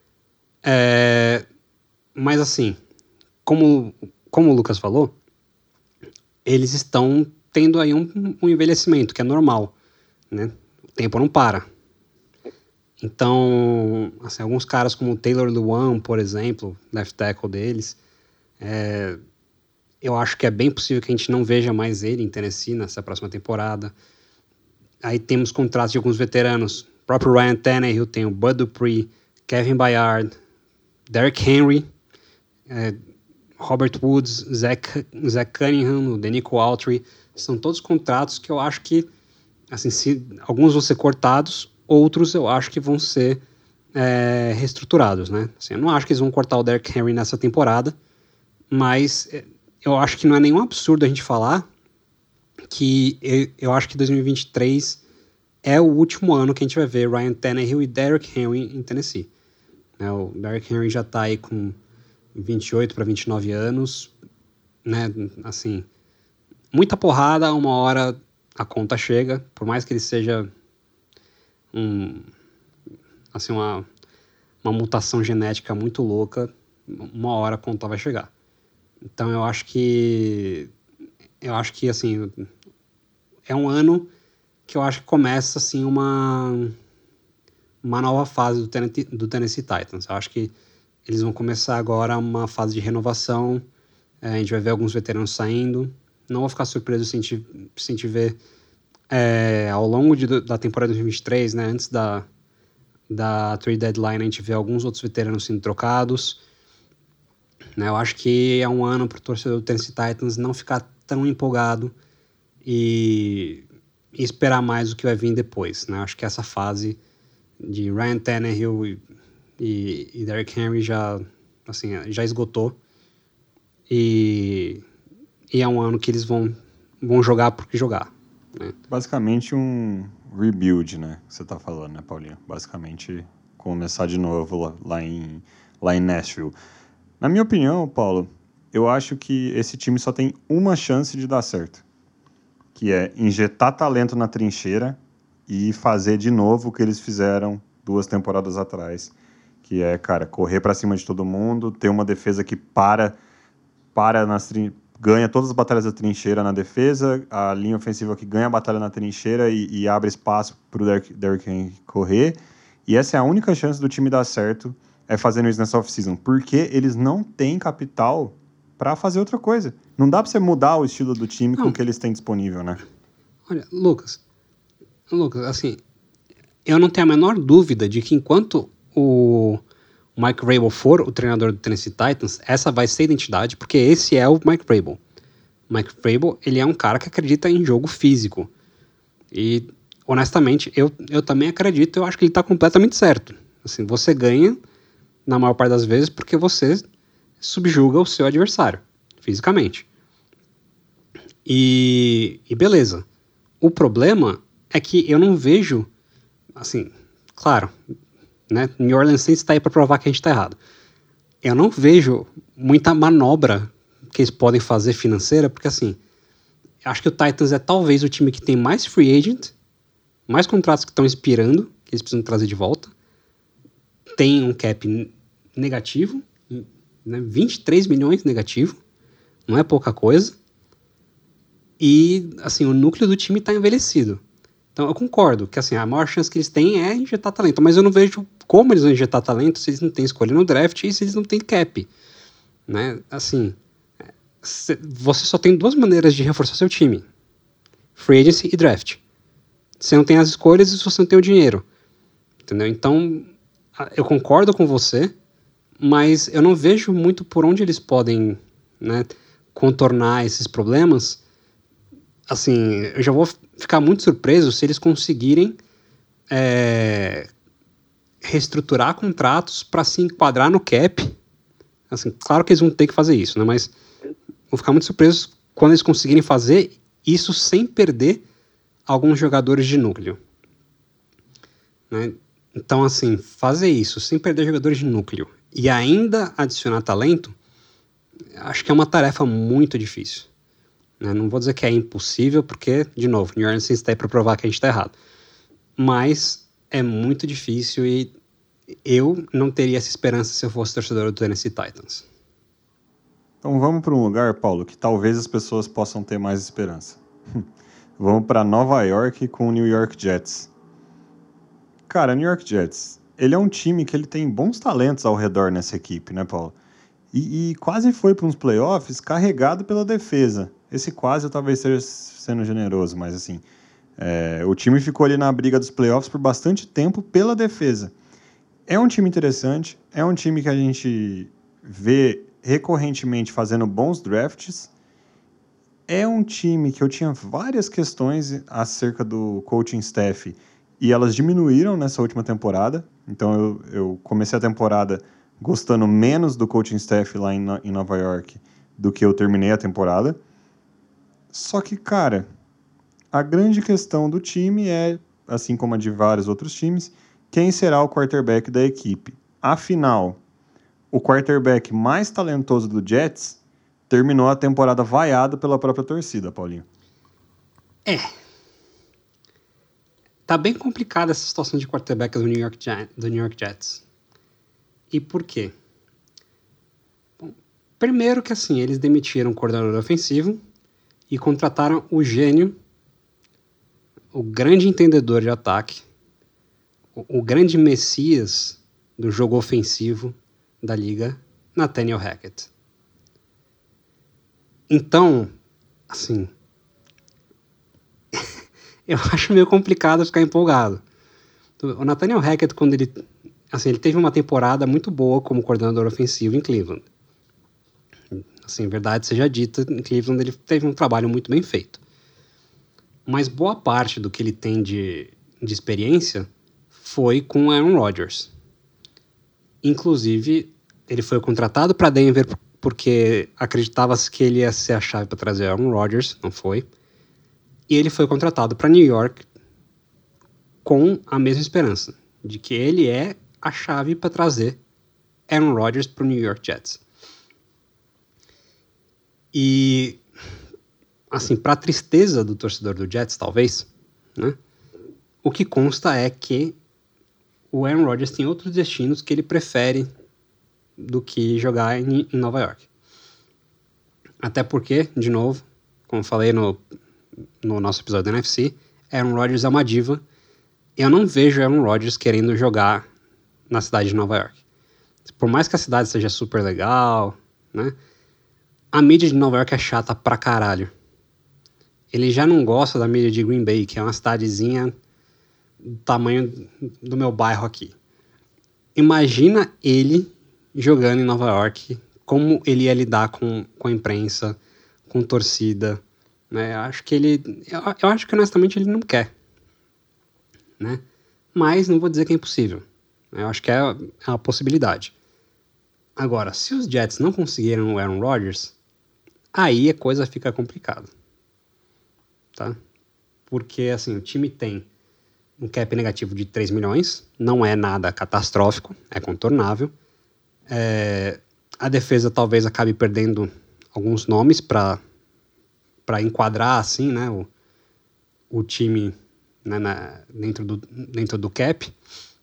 Mas assim, como o Lucas falou, eles estão tendo aí um envelhecimento, que é normal, né? O tempo não para. Então, assim, alguns caras como o Taylor Lewan, por exemplo, left tackle deles, eu acho que é bem possível que a gente não veja mais ele em Tennessee nessa próxima temporada. Aí temos contratos de alguns veteranos. O próprio Ryan Tannehill, tem o Bud Dupree, Kevin Byard, Derrick Henry, Robert Woods, Zach Cunningham, o Denico Autry. São todos contratos que eu acho que, assim, alguns vão ser cortados, outros eu acho que vão ser reestruturados, né? Assim, eu não acho que eles vão cortar o Derrick Henry nessa temporada, mas eu acho que não é nenhum absurdo a gente falar que eu acho que 2023 é o último ano que a gente vai ver Ryan Tannehill e Derrick Henry em Tennessee. O Derrick Henry já está aí com 28 para 29 anos, né? Assim, muita porrada, uma hora a conta chega, por mais que ele seja uma mutação genética muito louca, uma hora a conta vai chegar. Então eu acho que assim, é um ano que eu acho que começa assim uma nova fase do Tennessee Titans. Eu acho que eles vão começar agora uma fase de renovação, a gente vai ver alguns veteranos saindo. Não vou ficar surpreso se a gente ver ao longo da temporada 2023, né, antes da trade deadline, a gente vê alguns outros veteranos sendo trocados. Né, eu acho que é um ano para o torcedor do Tennessee Titans não ficar tão empolgado e esperar mais o que vai vir depois. Né? Eu acho que essa fase de Ryan Tannehill e Derrick Henry já esgotou. E é um ano que eles vão jogar porque jogar. Né? Basicamente um rebuild, né? Que você tá falando, né, Paulinho? Basicamente começar de novo lá em Nashville. Na minha opinião, Paulo, eu acho que esse time só tem uma chance de dar certo, que é injetar talento na trincheira e fazer de novo o que eles fizeram 2 temporadas atrás, que é, cara, correr para cima de todo mundo, ter uma defesa que ganha todas as batalhas da trincheira na defesa, a linha ofensiva que ganha a batalha na trincheira e abre espaço para o Derrick Henry correr, e essa é a única chance do time dar certo, é fazendo isso nessa off-season, porque eles não têm capital para fazer outra coisa. Não dá para você mudar o estilo do time com o que eles têm disponível, né? Olha, Lucas, assim, eu não tenho a menor dúvida de que enquanto o Mike Vrabel for o treinador do Tennessee Titans, essa vai ser a identidade, porque esse é o Mike Vrabel. Mike Vrabel, ele é um cara que acredita em jogo físico. E, honestamente, eu também acredito, eu acho que ele está completamente certo. Assim, você ganha, na maior parte das vezes, porque você subjuga o seu adversário, fisicamente. E beleza. O problema é que eu não vejo, assim, claro, né, New Orleans Saints está aí para provar que a gente está errado. Eu não vejo muita manobra que eles podem fazer financeira, porque assim, acho que o Titans é talvez o time que tem mais free agent, mais contratos que estão expirando, que eles precisam trazer de volta. Tem um cap negativo, né, 23 milhões negativo, não é pouca coisa. E, assim, o núcleo do time está envelhecido. Então, eu concordo que, assim, a maior chance que eles têm é injetar talento, mas eu não vejo como eles vão injetar talento se eles não têm escolha no draft e se eles não têm cap. Né? Assim, você só tem 2 maneiras de reforçar seu time. Free agency e draft. Você não tem as escolhas e você não tem o dinheiro. Entendeu? Então, eu concordo com você, mas eu não vejo muito por onde eles podem, né, contornar esses problemas. Assim, eu já vou ficar muito surpreso se eles conseguirem reestruturar contratos para se enquadrar no cap. Assim, claro que eles vão ter que fazer isso, né? Mas vou ficar muito surpreso quando eles conseguirem fazer isso sem perder alguns jogadores de núcleo. né? Então, assim, fazer isso sem perder jogadores de núcleo e ainda adicionar talento, acho que é uma tarefa muito difícil, né? Não vou dizer que é impossível, porque, de novo, New Orleans está aí para provar que a gente está errado. Mas é muito difícil e eu não teria essa esperança se eu fosse torcedor do Tennessee Titans. Então vamos para um lugar, Paulo, que talvez as pessoas possam ter mais esperança. Vamos para Nova York com o New York Jets. Cara, New York Jets, ele é um time que ele tem bons talentos ao redor nessa equipe, né, Paulo? E quase foi para uns playoffs carregado pela defesa. Esse quase eu talvez esteja sendo generoso, mas assim, o time ficou ali na briga dos playoffs por bastante tempo pela defesa. É um time interessante, é um time que a gente vê recorrentemente fazendo bons drafts. É um time que eu tinha várias questões acerca do coaching staff e elas diminuíram nessa última temporada. Então eu comecei a temporada gostando menos do coaching staff lá em Nova York do que eu terminei a temporada. Só que, cara, a grande questão do time é, assim como a de vários outros times, quem será o quarterback da equipe. Afinal, o quarterback mais talentoso do Jets terminou a temporada vaiado pela própria torcida, Paulinho. Tá bem complicada essa situação de quarterback do New York Jets. E por quê? Bom, primeiro que assim, eles demitiram o coordenador ofensivo e contrataram o gênio, o grande entendedor de ataque, o grande messias do jogo ofensivo da liga, Nathaniel Hackett. Então, assim, eu acho meio complicado ficar empolgado. O Nathaniel Hackett, quando ele teve uma temporada muito boa como coordenador ofensivo em Cleveland. Assim, verdade seja dita, em Cleveland ele teve um trabalho muito bem feito. Mas boa parte do que ele tem de experiência foi com o Aaron Rodgers. Inclusive, ele foi contratado para Denver porque acreditava-se que ele ia ser a chave para trazer Aaron Rodgers, não foi. E ele foi contratado para New York com a mesma esperança, de que ele é a chave para trazer Aaron Rodgers para o New York Jets. E, assim, para a tristeza do torcedor do Jets, talvez, né, o que consta é que o Aaron Rodgers tem outros destinos que ele prefere do que jogar em Nova York. Até porque, de novo, como falei no nosso episódio da NFC, Aaron Rodgers é uma diva. Eu não vejo Aaron Rodgers querendo jogar na cidade de Nova York. Por mais que a cidade seja super legal, né, a mídia de Nova York é chata pra caralho. Ele já não gosta da mídia de Green Bay, que é uma cidadezinha do tamanho do meu bairro aqui. Imagina ele jogando em Nova York, como ele ia lidar com a imprensa, com torcida, né? Eu acho que honestamente ele não quer, né? Mas não vou dizer que é impossível. Eu acho que é uma possibilidade. Agora, se os Jets não conseguiram o Aaron Rodgers, aí a coisa fica complicada, tá? Porque, assim, o time tem um cap negativo de 3 milhões, não é nada catastrófico, é contornável. A defesa talvez acabe perdendo alguns nomes para enquadrar, assim, né, o time, né, dentro do cap.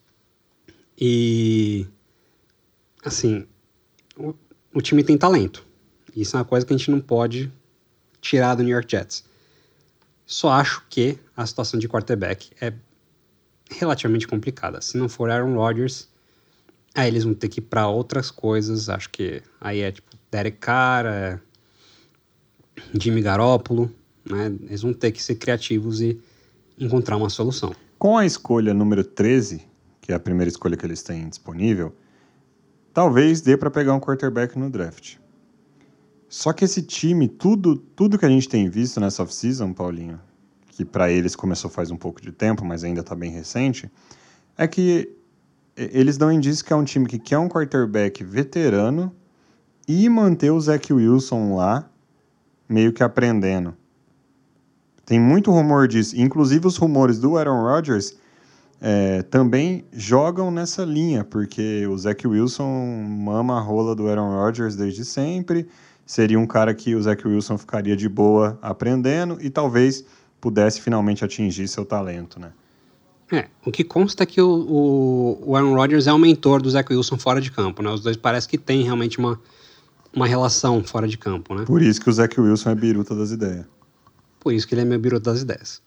E, assim, o time tem talento. Isso é uma coisa que a gente não pode tirar do New York Jets. Só acho que a situação de quarterback é relativamente complicada. Se não for Aaron Rodgers, aí eles vão ter que ir para outras coisas. Acho que aí é tipo Derek Carr, Jimmy Garoppolo, né? Eles vão ter que ser criativos e encontrar uma solução. Com a escolha número 13, que é a primeira escolha que eles têm disponível, talvez dê para pegar um quarterback no draft. Só que esse time, tudo que a gente tem visto nessa off-season, Paulinho, que para eles começou faz um pouco de tempo, mas ainda está bem recente, é que eles dão indício que é um time que quer um quarterback veterano e manter o Zach Wilson lá, meio que aprendendo. Tem muito rumor disso. Inclusive os rumores do Aaron Rodgers também jogam nessa linha, porque o Zach Wilson mama a rola do Aaron Rodgers desde sempre, seria um cara que o Zach Wilson ficaria de boa aprendendo e talvez pudesse finalmente atingir seu talento, né? O que consta é que o Aaron Rodgers é o mentor do Zach Wilson fora de campo, né? Os dois parece que têm realmente uma relação fora de campo, né? Por isso que o Zach Wilson é biruta das ideias. Por isso que ele é meu biruta das ideias.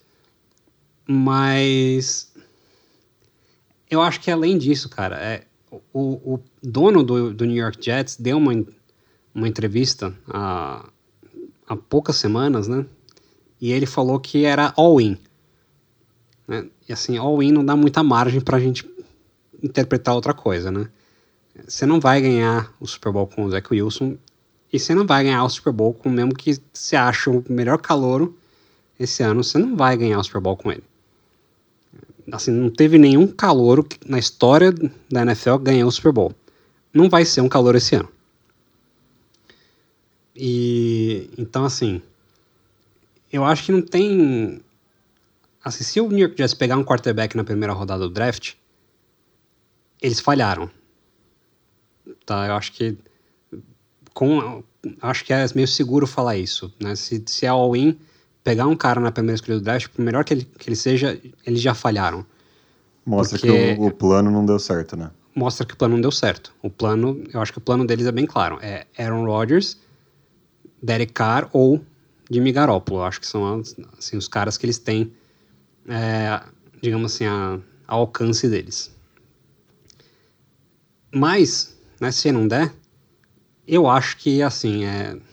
Mas eu acho que além disso, cara, o dono do New York Jets deu uma entrevista há poucas semanas, né? E ele falou que era all-in. Né? E assim, all-in não dá muita margem pra gente interpretar outra coisa, né? Você não vai ganhar o Super Bowl com o Zach Wilson e você não vai ganhar o Super Bowl com mesmo que você ache o melhor calouro esse ano, você não vai ganhar o Super Bowl com ele. Assim, não teve nenhum calouro na história da NFL que ganhou o Super Bowl. Não vai ser um calouro esse ano. E então, assim, eu acho que não tem... Assim, se o New York Jets pegar um quarterback na primeira rodada do draft, eles falharam. Tá? Eu acho que acho que é meio seguro falar isso, né? Se é all-in, pegar um cara na primeira escolha do draft, por melhor que ele seja, eles já falharam. Mostra que o plano não deu certo, né? Mostra que o plano não deu certo. Eu acho que o plano deles é bem claro. É Aaron Rodgers, Derek Carr ou Jimmy Garoppolo. Eu acho que são assim, os caras que eles têm, digamos assim, ao alcance deles. Mas, né, se não der, eu acho que, assim,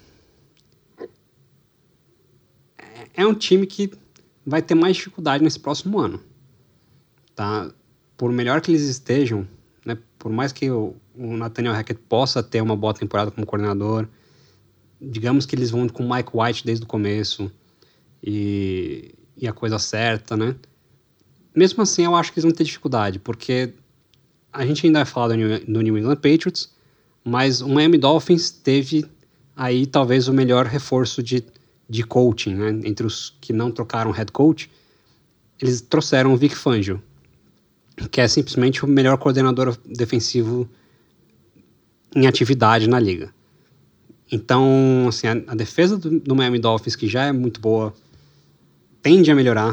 é um time que vai ter mais dificuldade nesse próximo ano. Tá? Por melhor que eles estejam, né, por mais que o Nathaniel Hackett possa ter uma boa temporada como coordenador, digamos que eles vão com o Mike White desde o começo e a coisa certa, né? Mesmo assim, eu acho que eles vão ter dificuldade, porque a gente ainda vai falar do New England Patriots, mas o Miami Dolphins teve aí talvez o melhor reforço de coaching, né? Entre os que não trocaram head coach, eles trouxeram o Vic Fangio, que é simplesmente o melhor coordenador defensivo em atividade na liga. Então, assim, a defesa do Miami Dolphins, que já é muito boa, tende a melhorar.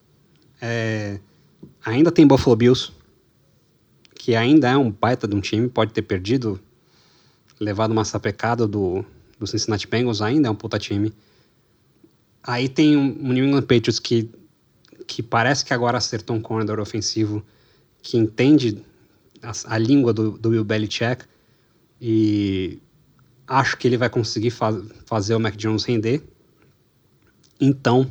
Ainda tem Buffalo Bills, que ainda é um baita de um time, pode ter perdido, levado uma sapecada do Cincinnati Bengals, ainda é um puta time. Aí tem o New England Patriots que parece que agora acertou um corner ofensivo que entende a língua do Bill Belichick e acho que ele vai conseguir fazer o Mac Jones render. Então,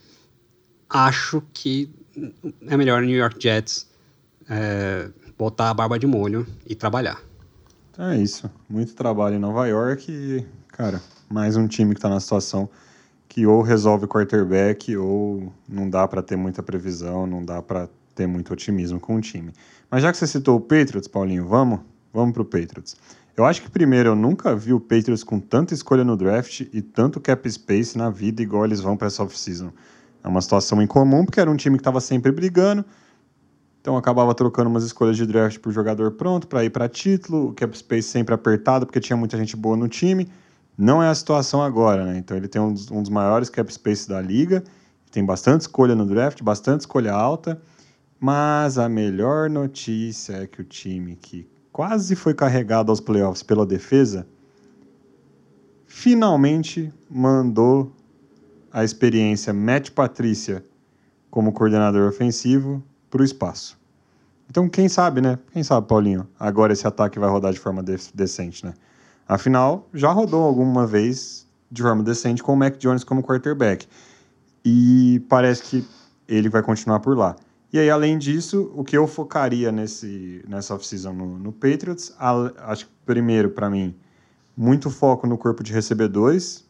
acho que é melhor o New York Jets botar a barba de molho e trabalhar. É isso. Muito trabalho em Nova York e, cara, mais um time que está na situação que ou resolve o quarterback ou não dá para ter muita previsão, não dá para ter muito otimismo com o time. Mas já que você citou o Patriots, Paulinho, vamos pro Patriots. Eu acho que, primeiro, eu nunca vi o Patriots com tanta escolha no draft e tanto cap space na vida igual eles vão para essa off-season. É uma situação incomum, porque era um time que estava sempre brigando, então acabava trocando umas escolhas de draft por jogador pronto para ir para título, o cap space sempre apertado, porque tinha muita gente boa no time. Não é a situação agora, né? Então ele tem um dos maiores cap space da liga, tem bastante escolha no draft, bastante escolha alta, mas a melhor notícia é que o time que quase foi carregado aos playoffs pela defesa finalmente mandou a experiência Matt Patricia como coordenador ofensivo para o espaço. Então, quem sabe, né? Quem sabe, Paulinho, agora esse ataque vai rodar de forma decente, né? Afinal, já rodou alguma vez de forma decente com o Mac Jones como quarterback. E parece que ele vai continuar por lá. E aí, além disso, o que eu focaria nessa off-season no Patriots, acho que primeiro, para mim, muito foco no corpo de recebedores.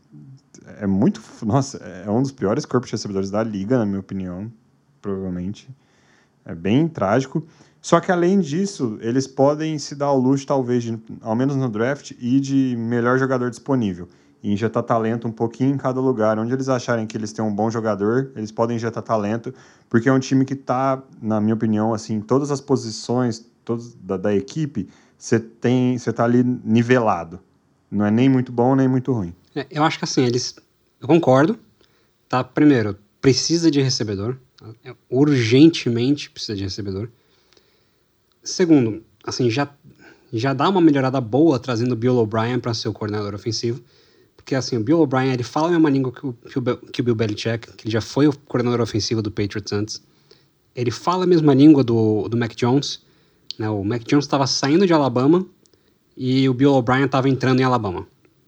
É um dos piores corpos de recebedores da liga, na minha opinião, provavelmente. É bem trágico. Só que, além disso, eles podem se dar ao luxo, talvez, ao menos no draft, e de melhor jogador disponível. e injetar talento um pouquinho em cada lugar. Onde eles acharem que eles têm um bom jogador, eles podem injetar talento, porque é um time que está, na minha opinião, assim, todas as posições da equipe, você tá ali nivelado. Não é nem muito bom, nem muito ruim. Eu acho que assim, eu concordo, tá? Primeiro, precisa de recebedor, tá? Urgentemente precisa de recebedor. Segundo, assim, já dá uma melhorada boa trazendo o Bill O'Brien para ser o coordenador ofensivo, porque assim, o Bill O'Brien, ele fala a mesma língua que o Bill Belichick, que ele já foi o coordenador ofensivo do Patriots antes. Ele fala a mesma língua do Mac Jones, né? O Mac Jones estava saindo de Alabama e o Bill O'Brien estava entrando em Alabama.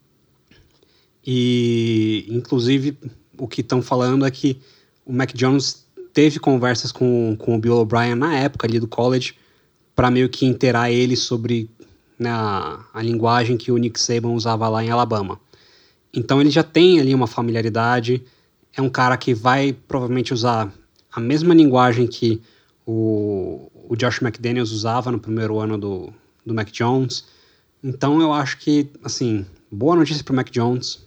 E, inclusive, o que estão falando é que o Mac Jones teve conversas com o Bill O'Brien na época ali do college para meio que inteirar ele sobre, né, a linguagem que o Nick Saban usava lá em Alabama. Então ele já tem ali uma familiaridade, é um cara que vai provavelmente usar a mesma linguagem que o Josh McDaniels usava no primeiro ano do Mac Jones. Então eu acho que, assim, boa notícia para o Mac Jones.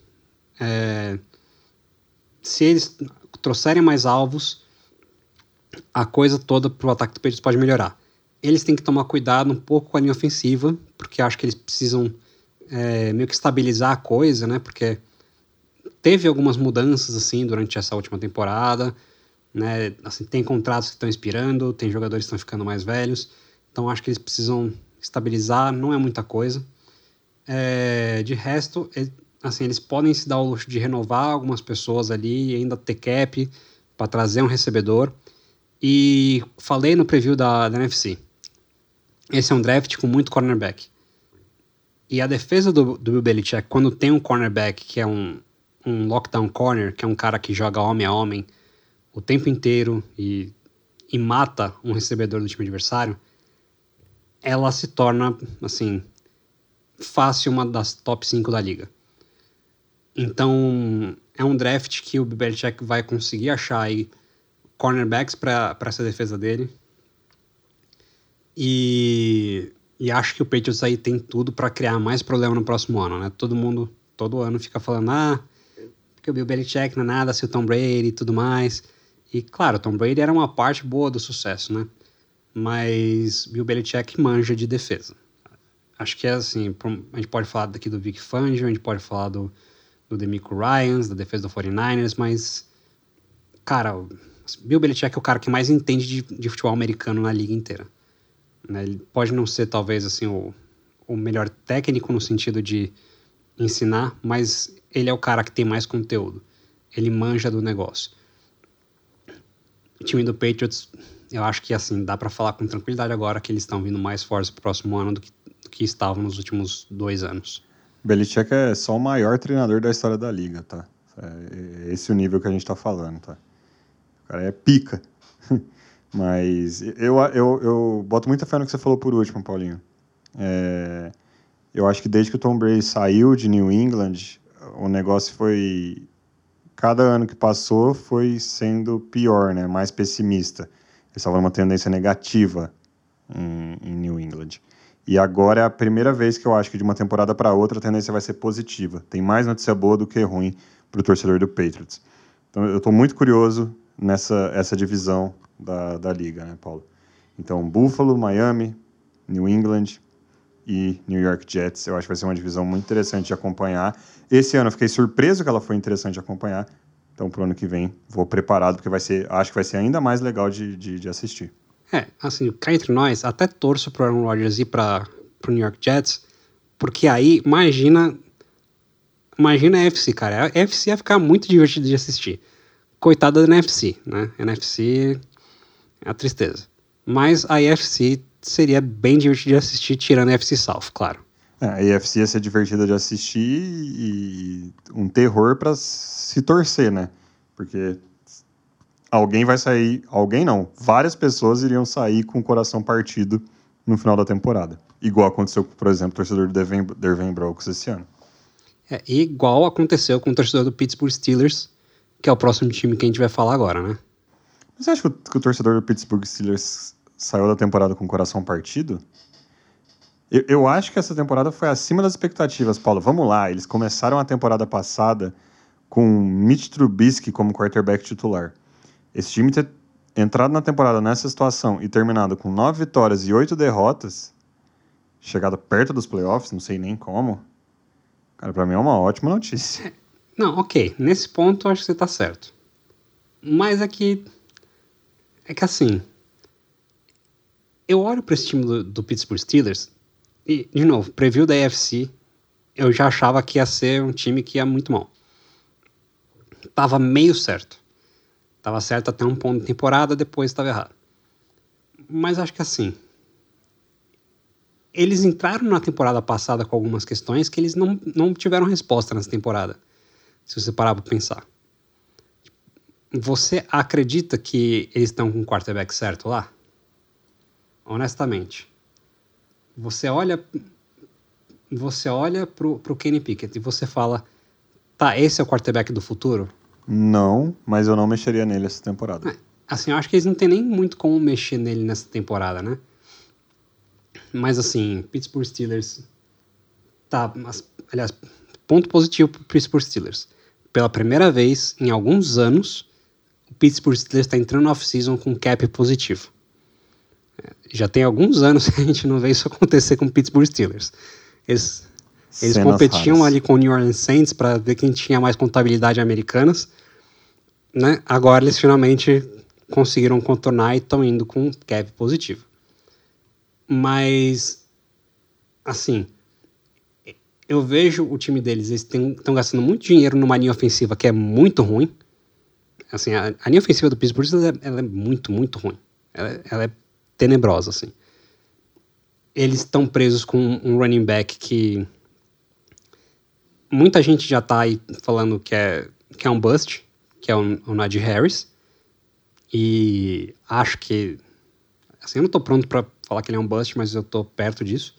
Se eles trouxerem mais alvos, a coisa toda pro ataque do Patriots pode melhorar. Eles têm que tomar cuidado um pouco com a linha ofensiva, porque acho que eles precisam meio que estabilizar a coisa, né? Porque teve algumas mudanças assim durante essa última temporada, né? Assim, tem contratos que estão expirando, tem jogadores que estão ficando mais velhos, então acho que eles precisam estabilizar, não é muita coisa. De resto, assim, eles podem se dar o luxo de renovar algumas pessoas ali e ainda ter cap para trazer um recebedor. E falei no preview da NFC, esse é um draft com muito cornerback. E a defesa do Bill Belichick, quando tem um cornerback que é um lockdown corner, que é um cara que joga homem a homem o tempo inteiro e mata um recebedor do time adversário, ela se torna, assim, fácil uma das top 5 da liga. Então, é um draft que o Bill Belichick vai conseguir achar aí cornerbacks para essa defesa dele. E acho que o Patriots aí tem tudo para criar mais problema no próximo ano, né? Todo ano fica falando, porque o Bill Belichick não é nada, se o Tom Brady e tudo mais. E, claro, o Tom Brady era uma parte boa do sucesso, né? Mas Bill Belichick manja de defesa. Acho que é assim, a gente pode falar daqui do Vic Fangio, a gente pode falar do DeMeco Ryans, da defesa do 49ers, mas, cara, Bill Belichick é o cara que mais entende de futebol americano na liga inteira. Ele pode não ser, talvez, assim, o melhor técnico no sentido de ensinar, mas ele é o cara que tem mais conteúdo. Ele manja do negócio. O time do Patriots, eu acho que, assim, dá pra falar com tranquilidade agora que eles estão vindo mais fortes pro próximo ano do que estavam nos últimos 2 anos. Belichick é só o maior treinador da história da liga, tá? É esse o nível que a gente tá falando, tá? O cara é pica. Mas eu boto muita fé no que você falou por último, Paulinho. Eu acho que desde que o Tom Brady saiu de New England, o negócio foi... Cada ano que passou foi sendo pior, né? Mais pessimista. Eles estavam numa tendência negativa em New England. E agora é a primeira vez que eu acho que de uma temporada para outra a tendência vai ser positiva. Tem mais notícia boa do que ruim para o torcedor do Patriots. Então eu estou muito curioso essa divisão da liga, né, Paulo? Então, Buffalo, Miami, New England e New York Jets, eu acho que vai ser uma divisão muito interessante de acompanhar. Esse ano eu fiquei surpreso que ela foi interessante de acompanhar, então pro ano que vem vou preparado, porque acho que vai ser ainda mais legal de assistir. Assim, cá entre nós, até torço pro Aaron Rodgers ir pro New York Jets, porque aí, imagina a NFC, cara. A NFC ia ficar muito divertido de assistir. Coitada da NFC, né? A NFC é a tristeza. Mas a AFC seria bem divertido de assistir, tirando a AFC South, claro. A AFC ia ser divertida de assistir e um terror para se torcer, né? Porque alguém vai sair... Alguém não. Várias pessoas iriam sair com o coração partido no final da temporada. Igual aconteceu, por exemplo, com o torcedor do Denver Broncos esse ano. E igual aconteceu com o torcedor do Pittsburgh Steelers, que é o próximo time que a gente vai falar agora, né? Mas você acha que o torcedor do Pittsburgh Steelers saiu da temporada com o coração partido? Eu acho que essa temporada foi acima das expectativas, Paulo. Vamos lá, eles começaram a temporada passada com Mitch Trubisky como quarterback titular. Esse time ter entrado na temporada nessa situação e terminado com 9 vitórias e 8 derrotas, chegado perto dos playoffs, não sei nem como, cara, pra mim é uma ótima notícia. Não, ok. Nesse ponto eu acho que você tá certo. Mas é que assim, eu olho para esse time do Pittsburgh Steelers e, de novo, preview da AFC, eu já achava que ia ser um time que ia muito mal. Tava meio certo. Tava certo até um ponto de temporada, depois estava errado. Mas acho que assim, eles entraram na temporada passada com algumas questões que eles não tiveram resposta nessa temporada, se você parar para pensar. Você acredita que eles estão com o quarterback certo lá? Honestamente. Você olha pro Kenny Pickett e você fala, tá, esse é o quarterback do futuro? Não, mas eu não mexeria nele essa temporada. Assim, eu acho que eles não tem nem muito como mexer nele nessa temporada, né? Mas assim, Pittsburgh Steelers tá, aliás, ponto positivo pro Pittsburgh Steelers. Pela primeira vez em alguns anos, o Pittsburgh Steelers está entrando no off-season com cap positivo. Já tem alguns anos que a gente não vê isso acontecer com o Pittsburgh Steelers. Eles competiam ali com o New Orleans Saints para ver quem tinha mais contabilidade americanas, né? Agora eles finalmente conseguiram contornar e estão indo com cap positivo. Mas, assim, eu vejo o time deles, eles estão gastando muito dinheiro numa linha ofensiva que é muito ruim. Assim, a linha ofensiva do Pittsburgh ela é muito, muito ruim. Ela é tenebrosa, assim. Eles estão presos com um running back que muita gente já tá aí falando que é um bust, que é o Najee Harris. E acho que, assim, eu não tô pronto para falar que ele é um bust, mas eu tô perto disso.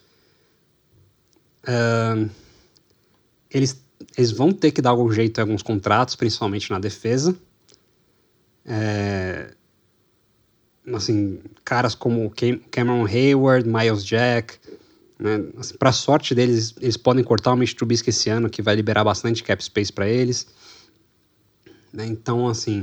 Eles vão ter que dar algum jeito em alguns contratos, principalmente na defesa. Assim, caras como Cameron Hayward, Miles Jack, né? Assim, para sorte deles, eles podem cortar o Mitch Trubisky esse ano, que vai liberar bastante cap space para eles, né? Então, assim,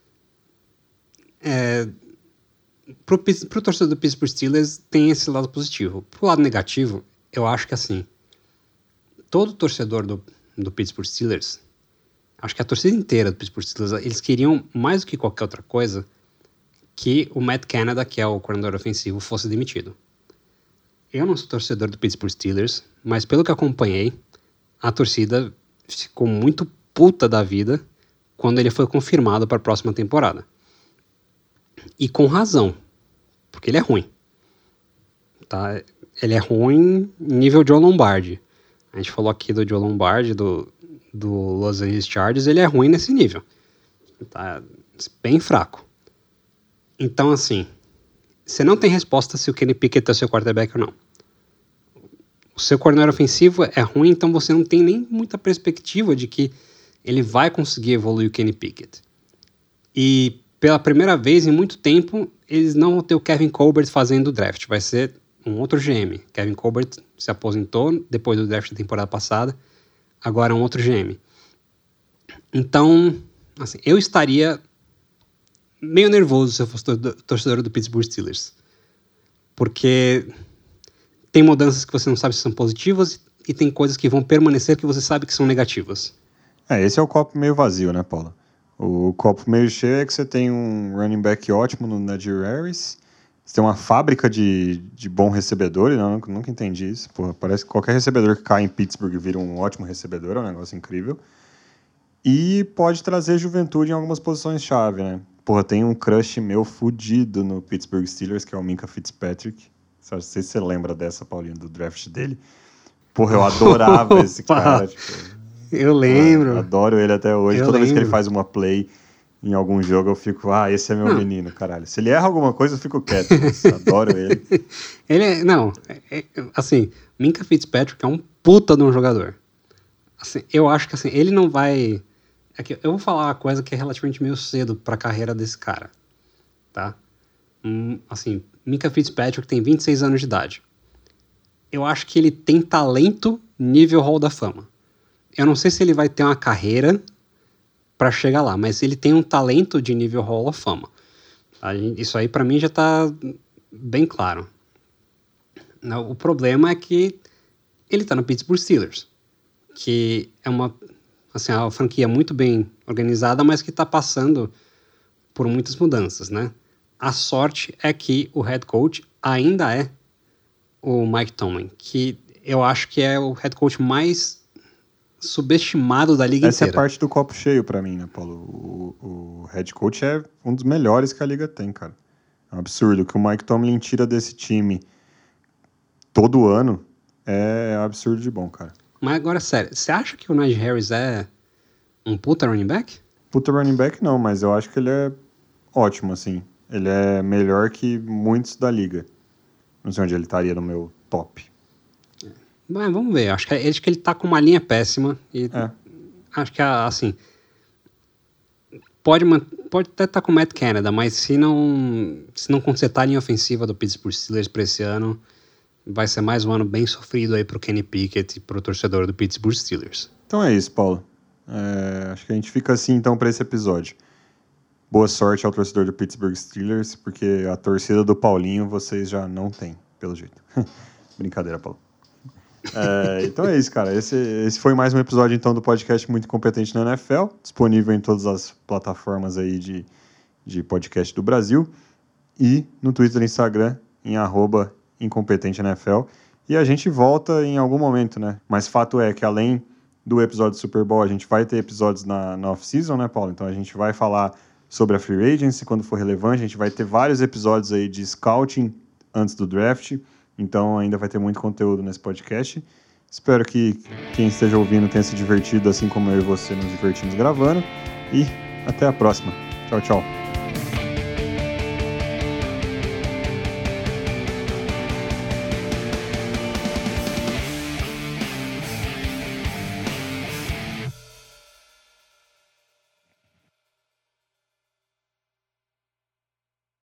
pro torcedor do Pittsburgh Steelers tem esse lado positivo. Pro lado negativo, eu acho que assim, todo torcedor do Pittsburgh Steelers, acho que a torcida inteira do Pittsburgh Steelers, eles queriam mais do que qualquer outra coisa que o Matt Canada, que é o coordenador ofensivo, fosse demitido. Eu não sou torcedor do Pittsburgh Steelers, mas pelo que acompanhei, a torcida ficou muito puta da vida quando ele foi confirmado para a próxima temporada. E com razão, porque ele é ruim. Tá? Ele é ruim nível Joe Lombardi. A gente falou aqui do Joe Lombardi, do Los Angeles Chargers, ele é ruim nesse nível. Tá bem fraco. Então, assim, você não tem resposta se o Kenny Pickett é o seu quarterback ou não. O seu coordenador ofensivo é ruim, então você não tem nem muita perspectiva de que ele vai conseguir evoluir o Kenny Pickett. E pela primeira vez em muito tempo, eles não vão ter o Kevin Colbert fazendo o draft. Vai ser um outro GM. Kevin Colbert se aposentou depois do draft da temporada passada. Agora é um outro GM. Então, assim, eu estaria meio nervoso se eu fosse torcedor do Pittsburgh Steelers. Porque tem mudanças que você não sabe se são positivas e tem coisas que vão permanecer que você sabe que são negativas. Esse é o copo meio vazio, né, Paula? O copo meio cheio é que você tem um running back ótimo no Najee Harris, você tem uma fábrica de bom recebedor, e eu nunca entendi isso. Porra, parece que qualquer recebedor que cai em Pittsburgh vira um ótimo recebedor, é um negócio incrível. E pode trazer juventude em algumas posições-chave, né? Porra, tem um crush meu fudido no Pittsburgh Steelers, que é o Minkah Fitzpatrick. Não sei se você lembra dessa, Paulinho, do draft dele. Porra, eu adorava esse cara. Tipo, eu lembro. Eu adoro ele até hoje. Toda vez que ele faz uma play em algum jogo, eu fico, esse é meu menino, caralho. Se ele erra alguma coisa, eu fico quieto. Adoro ele. Assim, Minkah Fitzpatrick é um puta de um jogador. Assim, eu acho que assim, ele não vai... eu vou falar uma coisa que é relativamente meio cedo para a carreira desse cara, tá? Assim, Minkah Fitzpatrick tem 26 anos de idade. eu acho que ele tem talento nível Hall da Fama. Eu não sei se ele vai ter uma carreira para chegar lá, mas ele tem um talento de nível Hall da Fama. Isso aí para mim já tá bem claro. O problema é que ele tá no Pittsburgh Steelers, que é uma franquia muito bem organizada, mas que tá passando por muitas mudanças, né? A sorte é que o head coach ainda é o Mike Tomlin, que eu acho que é o head coach mais subestimado da liga Essa inteira. é parte do copo cheio pra mim, né, Paulo? O head coach é um dos melhores que a liga tem, cara. É um absurdo. O que o Mike Tomlin tira desse time todo ano é absurdo de bom, cara. Mas agora, sério, você acha que o Najee Harris é um puta running back? Puta running back não, mas eu acho que ele é ótimo, assim. Ele é melhor que muitos da liga. Não sei onde ele estaria no meu top. Mas vamos ver, acho que ele tá com uma linha péssima e acho que, assim, pode até estar com o Matt Canada, mas se não consertar a linha ofensiva do Pittsburgh Steelers para esse ano, vai ser mais um ano bem sofrido aí pro Kenny Pickett e pro torcedor do Pittsburgh Steelers. Então é isso, Paulo. Acho que a gente fica assim, então, para esse episódio. Boa sorte ao torcedor do Pittsburgh Steelers, porque a torcida do Paulinho vocês já não têm, pelo jeito. Brincadeira, Paulo. Então é isso, cara. Esse foi mais um episódio, então, do podcast Muito Incompetente na NFL, disponível em todas as plataformas aí de podcast do Brasil, e no Twitter e Instagram, em @IncompetenteNFL. E a gente volta em algum momento, né? Mas fato é que, além do episódio do Super Bowl, a gente vai ter episódios na off-season, né, Paulo? Então a gente vai falar sobre a Free Agency, quando for relevante. A gente vai ter vários episódios aí de scouting antes do draft. Então ainda vai ter muito conteúdo nesse podcast. Espero que quem esteja ouvindo tenha se divertido, assim como eu e você nos divertimos gravando. E até a próxima. Tchau, tchau.